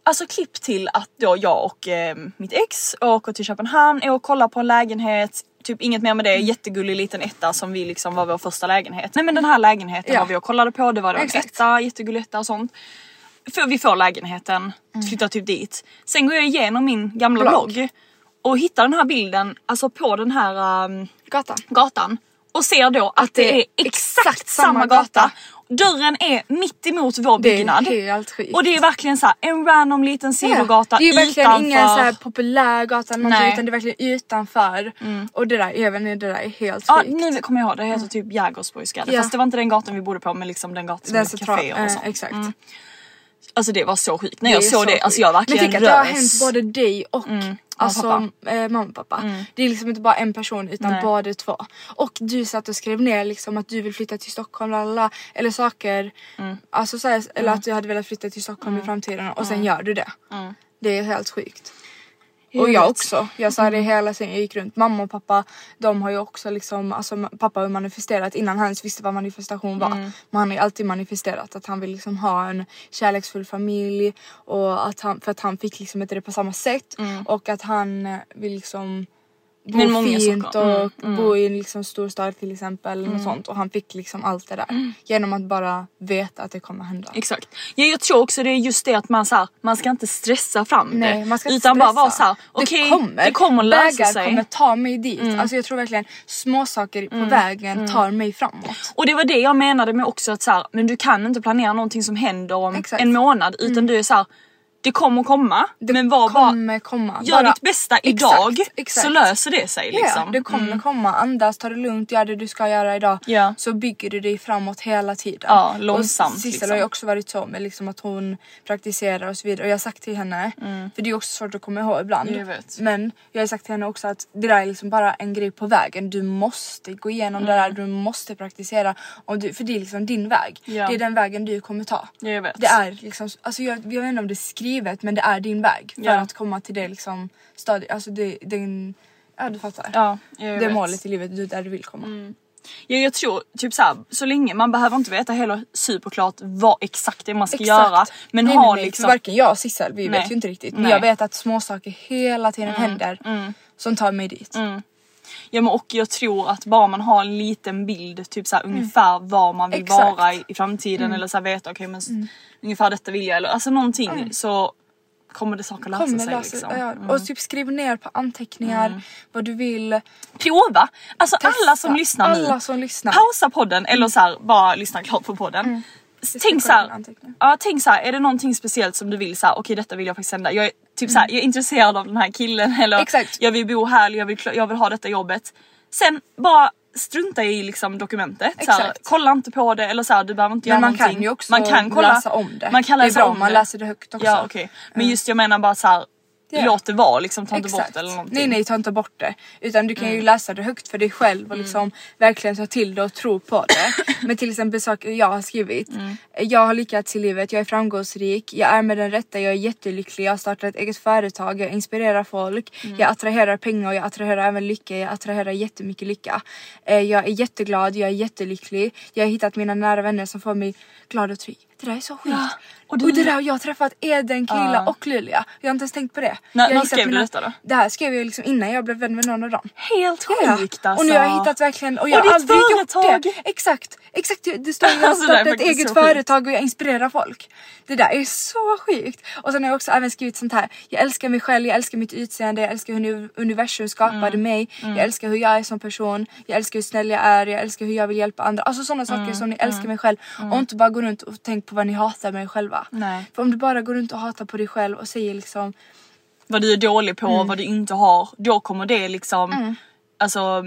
F: alltså klipp till att då jag och eh, mitt ex åker till Köpenhamn och kollar på en lägenhet. Typ inget mer med det, jättegullig liten etta som vi liksom var vår första lägenhet. Nej men den här lägenheten ja. var vi och kollade på, det var då en etta, jättegullig etta och sånt. För vi får lägenheten, mm. flyttar typ dit. Sen går jag igenom min gamla blogg, blogg och hittar den här bilden, alltså på den här um,
G: gatan.
F: gatan. Och ser då att, att det, det är exakt, exakt samma gata. gata. Dörren är mitt emot vår byggnad.
G: Det är helt sjukt.
F: Och det är verkligen så här, en random liten sidogata.
G: Det är verkligen
F: utanför.
G: ingen så här populär gata utan det är verkligen utanför. Mm. Och det där, även det där är helt
F: ja,
G: sjukt.
F: Nu kommer jag ihåg, det heter mm. typ Jägersborgsgade. Ja. Fast det var inte den gatan vi bodde på, men liksom den gatan som är kaféer och sånt.
G: Eh, exakt. Mm.
F: Alltså det var så sjukt. När jag såg det, alltså jag verkligen rös.
G: Men tänk att det har hänt både dig och mm. alltså eh, mamma och pappa. Mm. Det är liksom inte bara en person utan Nej. båda två. Och du satt och skrev ner liksom att du vill flytta till Stockholm lalala, eller saker. Mm. Alltså så här, mm. eller att du hade velat flytta till Stockholm mm. i framtiden och sen mm. gör du det. Mm. Det är helt sjukt. Och jag också. Jag sa det hela tiden jag gick runt. Mamma och pappa, de har ju också liksom, alltså pappa har manifesterat innan han ens visste vad manifestation var. Mm. Men han har ju alltid manifesterat att han vill liksom ha en kärleksfull familj och att han, för att han fick liksom inte det på samma sätt. Mm. Och att han vill liksom bo men många fint och mm, mm. bo i en liksom storstad till exempel mm. och sånt. Och han fick liksom allt det där mm. genom att bara veta att det kommer hända.
F: Exakt. Ja, jag tror också det är just det att man så här, man ska inte stressa fram
G: Nej,
F: det.
G: Man ska
F: utan
G: inte
F: bara vara så här, okej, okay, det, det kommer lösa
G: vägar
F: sig.
G: kommer ta mig dit. Mm. Alltså jag tror verkligen små saker på mm. vägen mm. tar mig framåt.
F: Och det var det jag menade med också att så här, men du kan inte planera någonting som händer om Exakt. en månad utan mm. du är så här, det kommer komma,
G: det
F: men var
G: kommer bara, komma.
F: Gör bara, ditt bästa idag exakt, exakt. så löser det sig liksom.
G: Ja, det kommer mm. komma, andas, ta det lugnt, gör det du ska göra idag.
F: Ja.
G: Så bygger du dig framåt hela tiden.
F: Ja, långsamt.
G: Och Sissel
F: liksom.
G: har ju också varit så med liksom att hon praktiserar och så vidare. Och jag har sagt till henne, mm. för det är också svårt att komma ihåg ibland.
F: Jag vet.
G: Men jag har sagt till henne också att det där är liksom bara en grej på vägen. Du måste gå igenom mm. det där, du måste praktisera. Om du, för det är liksom din väg. Ja. Det är den vägen du kommer ta.
F: Jag vet.
G: Det är liksom, alltså jag, jag vet inte om det är skrivet, men det är din väg för ja. att komma till det liksom stadiet, alltså det, det, ja du fattar.
F: Ja,
G: det är målet i livet, du där du vill komma.
F: Mm. Ja, jag tror typ så här, så länge man behöver inte veta heller superklart vad exakt det man ska exakt. göra, men
G: nej,
F: ha
G: nej,
F: liksom
G: varken jag och Sissel, vi
F: nej.
G: vet ju inte riktigt, men
F: nej.
G: jag vet att små saker hela tiden
F: mm.
G: händer mm. som tar mig dit.
F: Mm. Ja, men och jag tror att bara man har en liten bild typ så här, mm. ungefär var man vill exakt. vara i, i framtiden mm. eller så här, veta okej okay, men mm. ungefär detta vill jag eller alltså någonting mm. så kommer det saker lösa sig lösa, liksom.
G: Ja. Mm. Och typ skriv ner på anteckningar mm. vad du vill.
F: Prova. Alltså testa. alla som lyssnar nu.
G: Alla som lyssnar.
F: Pausa podden eller så här, bara lyssna klart på podden. Mm. Tänk så här, ja, tänk så här, är det någonting speciellt som du vill så här, okej okay, detta vill jag faktiskt sända. Jag är typ mm. så här, jag är intresserad av den här killen eller
G: Exakt.
F: jag vill bo här eller jag vill jag vill ha detta jobbet. Sen bara strunta i liksom dokumentet. Så här, kolla inte på det eller så här, du behöver inte
G: men
F: göra
G: man
F: någonting.
G: Kan ju också
F: man kan kolla,
G: läsa om det.
F: Man kan läsa
G: det är bra
F: om
G: man
F: det.
G: läser det högt också.
F: Ja, okay. Men just jag menar bara så här, yeah. låt det vara liksom, ta inte
G: Exakt.
F: bort det eller någonting.
G: Nej nej, ta inte bort det. Utan du kan mm. ju läsa det högt för dig själv och liksom mm. verkligen ta till det och tro på det. Men till exempel saker jag har skrivit. Mm. Jag har lyckats i livet, jag är framgångsrik, jag är med den rätta, jag är jättelycklig, jag har startat ett eget företag, jag inspirerar folk, mm. jag attraherar pengar och jag attraherar även lycka, jag attraherar jättemycket lycka. Jag är jätteglad, jag är jättelycklig, jag har hittat mina nära vänner som får mig glad och trygg. Det där är så sjukt. Ja. Och, du... och det där jag har träffat Eden, Killa uh. och Lulia. Jag har inte ens tänkt på det.
F: När, när skrev mina... du detta då?
G: Det här skrev jag liksom innan jag blev vän med någon av dem.
F: Helt sjukt ja. alltså.
G: Och nu har jag hittat verkligen. Och jag
F: och
G: har aldrig
F: företag.
G: gjort det. Exakt. Exakt. Det står jag har startat ett eget företag och jag inspirerar folk. Det där är så sjukt. Och sen har jag också även skrivit sånt här. Jag älskar mig själv, jag älskar mitt utseende. Jag älskar hur universum skapade mm. mig. Mm. Jag älskar hur jag är som person. Jag älskar hur snäll jag är. Jag älskar hur jag vill hjälpa andra. Alltså sådana mm. saker som ni älskar mm. mig själv. Mm. Och inte bara gå runt och tänk på vad ni hatar med er själva.
F: Nej.
G: För om du bara går runt och hatar på dig själv och säger liksom
F: vad du är dålig på, mm. vad du inte har, då kommer det liksom
G: mm.
F: alltså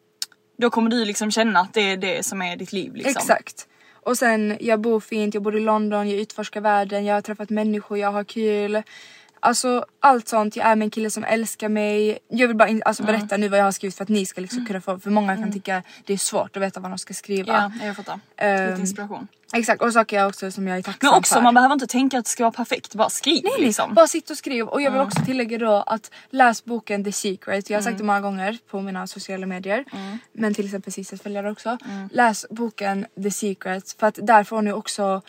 F: då kommer du liksom känna att det är det som är ditt liv liksom.
G: Exakt. Och sen jag bor fint, jag bor i London, jag utforskar världen, jag har träffat människor, jag har kul. Alltså allt sånt, jag är med en kille som älskar mig. Jag vill bara in, alltså, berätta mm. nu vad jag har skrivit för att ni ska liksom kunna få, för många kan mm. tycka det är svårt att veta vad de ska skriva.
F: Ja, jag fattar.
G: Um,
F: Lite inspiration.
G: Exakt, och saker jag också som jag är tacksam
F: för. Men också,
G: för.
F: man behöver inte tänka att det ska vara perfekt, bara skriv
G: nej,
F: liksom.
G: Nej, bara sitt och skriv. Och jag vill mm. också tillägga då att läs boken The Secret. Jag har sagt mm. det många gånger på mina sociala medier. Mm. Men till exempel Sissels följare också. Mm. Läs boken The Secret, för att där får ni också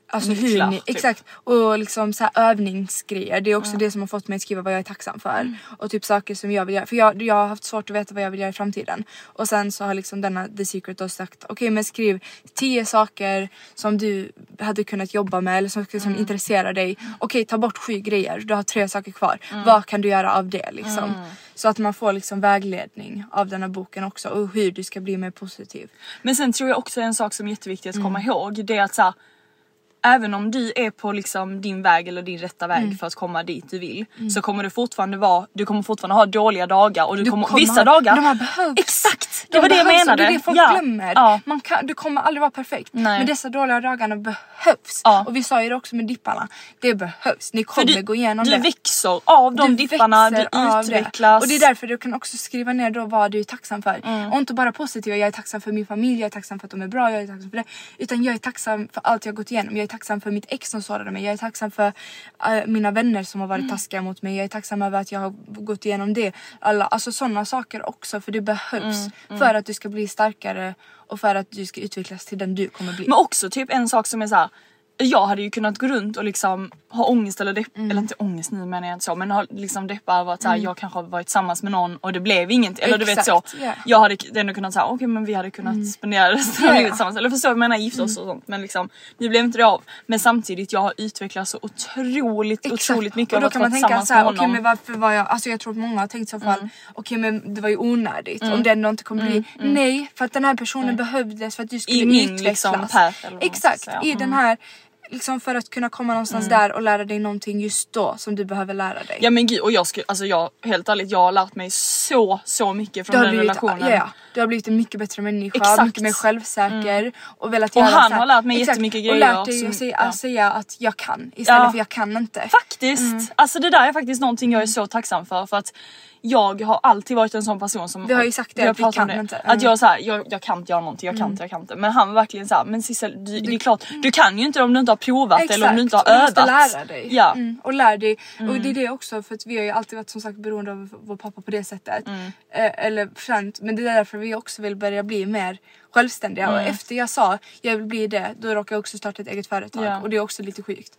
G: Alltså hur ni, typ. Exakt. Och liksom så här övningsgrejer. Det är också mm. det som har fått mig att skriva vad jag är tacksam för. Mm. Och typ saker som jag vill göra. För jag, jag har haft svårt att veta vad jag vill göra i framtiden. Och sen så har liksom denna The Secret då sagt. Okej okay, men skriv tio saker som du hade kunnat jobba med. Eller som, som mm. intresserar dig. Okej okay, ta bort sju grejer. Du har tre saker kvar. Mm. Vad kan du göra av det liksom? Mm. Så att man får liksom vägledning av den här boken också. Och hur du ska bli mer positiv.
F: Men sen tror jag också en sak som är jätteviktigt att komma mm. ihåg. Det är att så här, även om du är på liksom din väg eller din rätta väg mm. för att komma dit du vill mm. så kommer det fortfarande vara du kommer fortfarande ha dåliga dagar och du, du kommer, kommer vissa ha, dagar
G: de här behövs.
F: Exakt. Det
G: de
F: var det jag menade.
G: Det är det folk
F: ja.
G: glömmer. Ja. Man kan du kommer aldrig vara perfekt. Nej. Men dessa dåliga dagarna behövs. Ja. Och vi sa ju det också med dipparna. Det behövs. Ni kommer du, gå igenom
F: du
G: det.
F: Du växer av de du dipparna, du utvecklas.
G: Det. Och det är därför du kan också skriva ner då vad du är tacksam för. Mm. Och inte bara positiva. Jag är tacksam för min familj, jag är tacksam för att de är bra, jag är tacksam för det. Utan jag är tacksam för allt jag har gått igenom. Jag är tacksam för mitt ex som sårade mig. Jag är tacksam för uh, mina vänner som har varit mm. taskiga mot mig. Jag är tacksam över att jag har gått igenom det. Alla, alltså sådana saker också. För det behövs mm. Mm. för att du ska bli starkare och för att du ska utvecklas till den du kommer bli.
F: Men också typ en sak som är så här. Jag hade ju kunnat gå runt och liksom ha ångest eller depp, mm. eller inte ångest nu menar jag inte så, men ha liksom deppa över att mm. jag kanske har varit tillsammans med någon och det blev inget, eller du vet så. Yeah. Jag hade ändå kunnat säga okej okay, men vi hade kunnat mm. spendera resten av livet tillsammans, eller förstår jag menar gifta oss mm. och sånt, men liksom det blev inte det av. Men samtidigt jag har utvecklats så otroligt exakt. otroligt mycket
G: och då
F: av
G: kan
F: att
G: man
F: vara
G: tänka
F: tillsammans så här, med
G: okej okay, men varför var jag, alltså jag tror att många har tänkt så fall, mm. okej okay, men det var ju onödigt mm. om det ändå inte kommer bli, mm. nej för att den här personen mm. behövdes för att du skulle I min, utvecklas. Liksom, path, eller exakt, i mm. den här liksom för att kunna komma någonstans mm. där och lära dig någonting just då som du behöver lära dig.
F: Ja men gud, och jag skulle, alltså jag, helt ärligt, jag har lärt mig så, så mycket från den
G: blivit,
F: relationen.
G: Ja, du har blivit en mycket bättre människa, exakt. mycket mer självsäker mm. och velat
F: göra. Och han
G: så här,
F: har lärt mig exakt, jättemycket grejer.
G: Och lärt dig att säga, ja. säga att jag kan istället ja. för jag kan inte.
F: Faktiskt, mm. alltså det där är faktiskt någonting jag är så tacksam för, för att jag har alltid varit en sån person som
G: vi har ju sagt det, att vi kan det. inte
F: mm. att jag så här, jag, jag kan inte göra någonting, jag kan mm. inte, jag kan inte. Men han var verkligen så här, men Sissel, du, det är klart du kan ju inte om du inte har provat exakt. eller om du inte har övat.
G: Du måste lära dig. Ja. Mm. Och lär dig. Mm. Och det är det också, för att vi har ju alltid varit som sagt beroende av vår pappa på det sättet. Mm. Eh, eller främt, men det är därför vi också vill börja bli mer självständiga. Mm. Och efter jag sa jag vill bli det, då råkade jag också starta ett eget företag. Ja. Och det är också lite sjukt.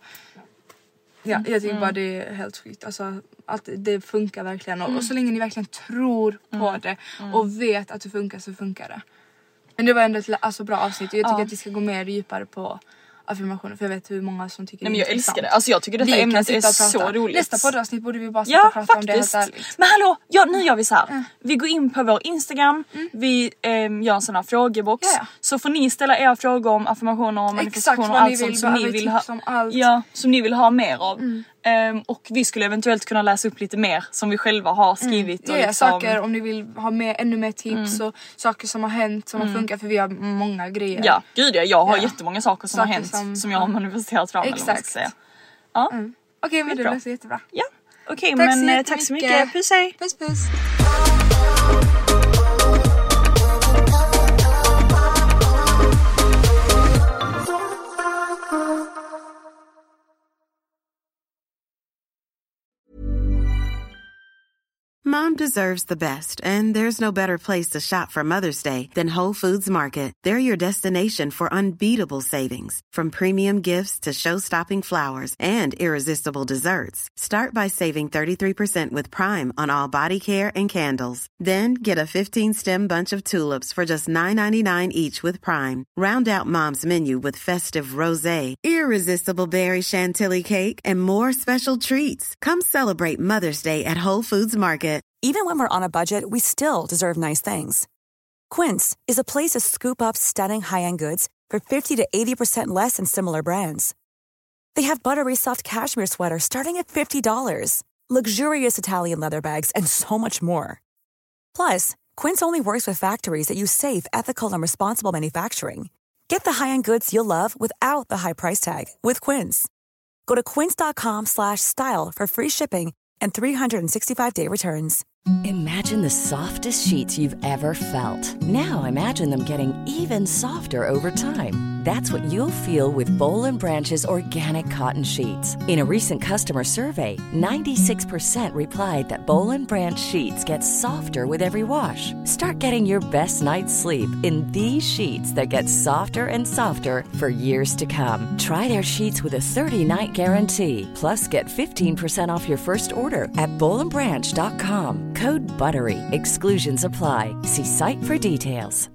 G: Ja, jag tycker mm. bara det är helt sjukt. Alltså, att det funkar verkligen. Och, mm. och så länge ni verkligen tror på mm. det mm. och vet att det funkar, så funkar det. Men det var ändå ett alltså, bra avsnitt. Och jag tycker ja. att vi ska gå mer djupare på affirmationer. För jag vet hur många som tycker
F: nej,
G: det är
F: men jag älskar det. Alltså jag tycker detta ämnet är så roligt.
G: Nästa poddavsnitt borde vi bara sitta
F: ja,
G: och prata
F: faktiskt.
G: om det helt ärligt.
F: Men hallå, ja, nu gör vi så här. Mm. Vi går in på vår Instagram. Mm. Vi eh, gör en sån här frågebox. Ja. Så får ni ställa era frågor om affirmationer och manifestationer och allt sånt som ni vill ha. Ja, som ni vill ha mer av. Mm. Um, och vi skulle eventuellt kunna läsa upp lite mer som vi själva har skrivit.
G: Mm.
F: Och
G: ja,
F: liksom...
G: saker om ni vill ha med, ännu mer tips mm. och saker som har hänt som mm. har funkat, för vi har många grejer.
F: Ja, gud ja, jag har ja. jättemånga saker som saker har hänt som, som jag har manifesterat fram.
G: Exakt.
F: Eller vad man ska säga. Ja.
G: Mm. Okej, okay, men det låter jättebra.
F: Ja, okej okay, men så tack så mycket. Puss hej.
G: Puss puss.
H: Mom deserves the best, and there's no better place to shop for Mother's Day than Whole Foods Market. They're your destination for unbeatable savings, from premium gifts to show-stopping flowers and irresistible desserts. Start by saving thirty-three percent with Prime on all body care and candles. Then get a fifteen-stem bunch of tulips for just nine ninety-nine each with Prime. Round out Mom's menu with festive rosé, irresistible berry chantilly cake, and more special treats. Come celebrate Mother's Day at Whole Foods Market.
I: Even when we're on a budget, we still deserve nice things. Quince is a place to scoop up stunning high-end goods for fifty to eighty percent less than similar brands. They have buttery soft cashmere sweaters starting at fifty dollars, luxurious Italian leather bags, and so much more. Plus, Quince only works with factories that use safe, ethical, and responsible manufacturing. Get the high-end goods you'll love without the high price tag with Quince. Go to quince.com slash style for free shipping and three sixty-five day returns.
J: Imagine the softest sheets you've ever felt. Now imagine them getting even softer over time. That's what you'll feel with Bowl and Branch's organic cotton sheets. In a recent customer survey, ninety-six percent replied that Bowl and Branch sheets get softer with every wash. Start getting your best night's sleep in these sheets that get softer and softer for years to come. Try their sheets with a thirty-night guarantee. Plus, get fifteen percent off your first order at bowl and branch dot com. Code BUTTERY. Exclusions apply. See site for details.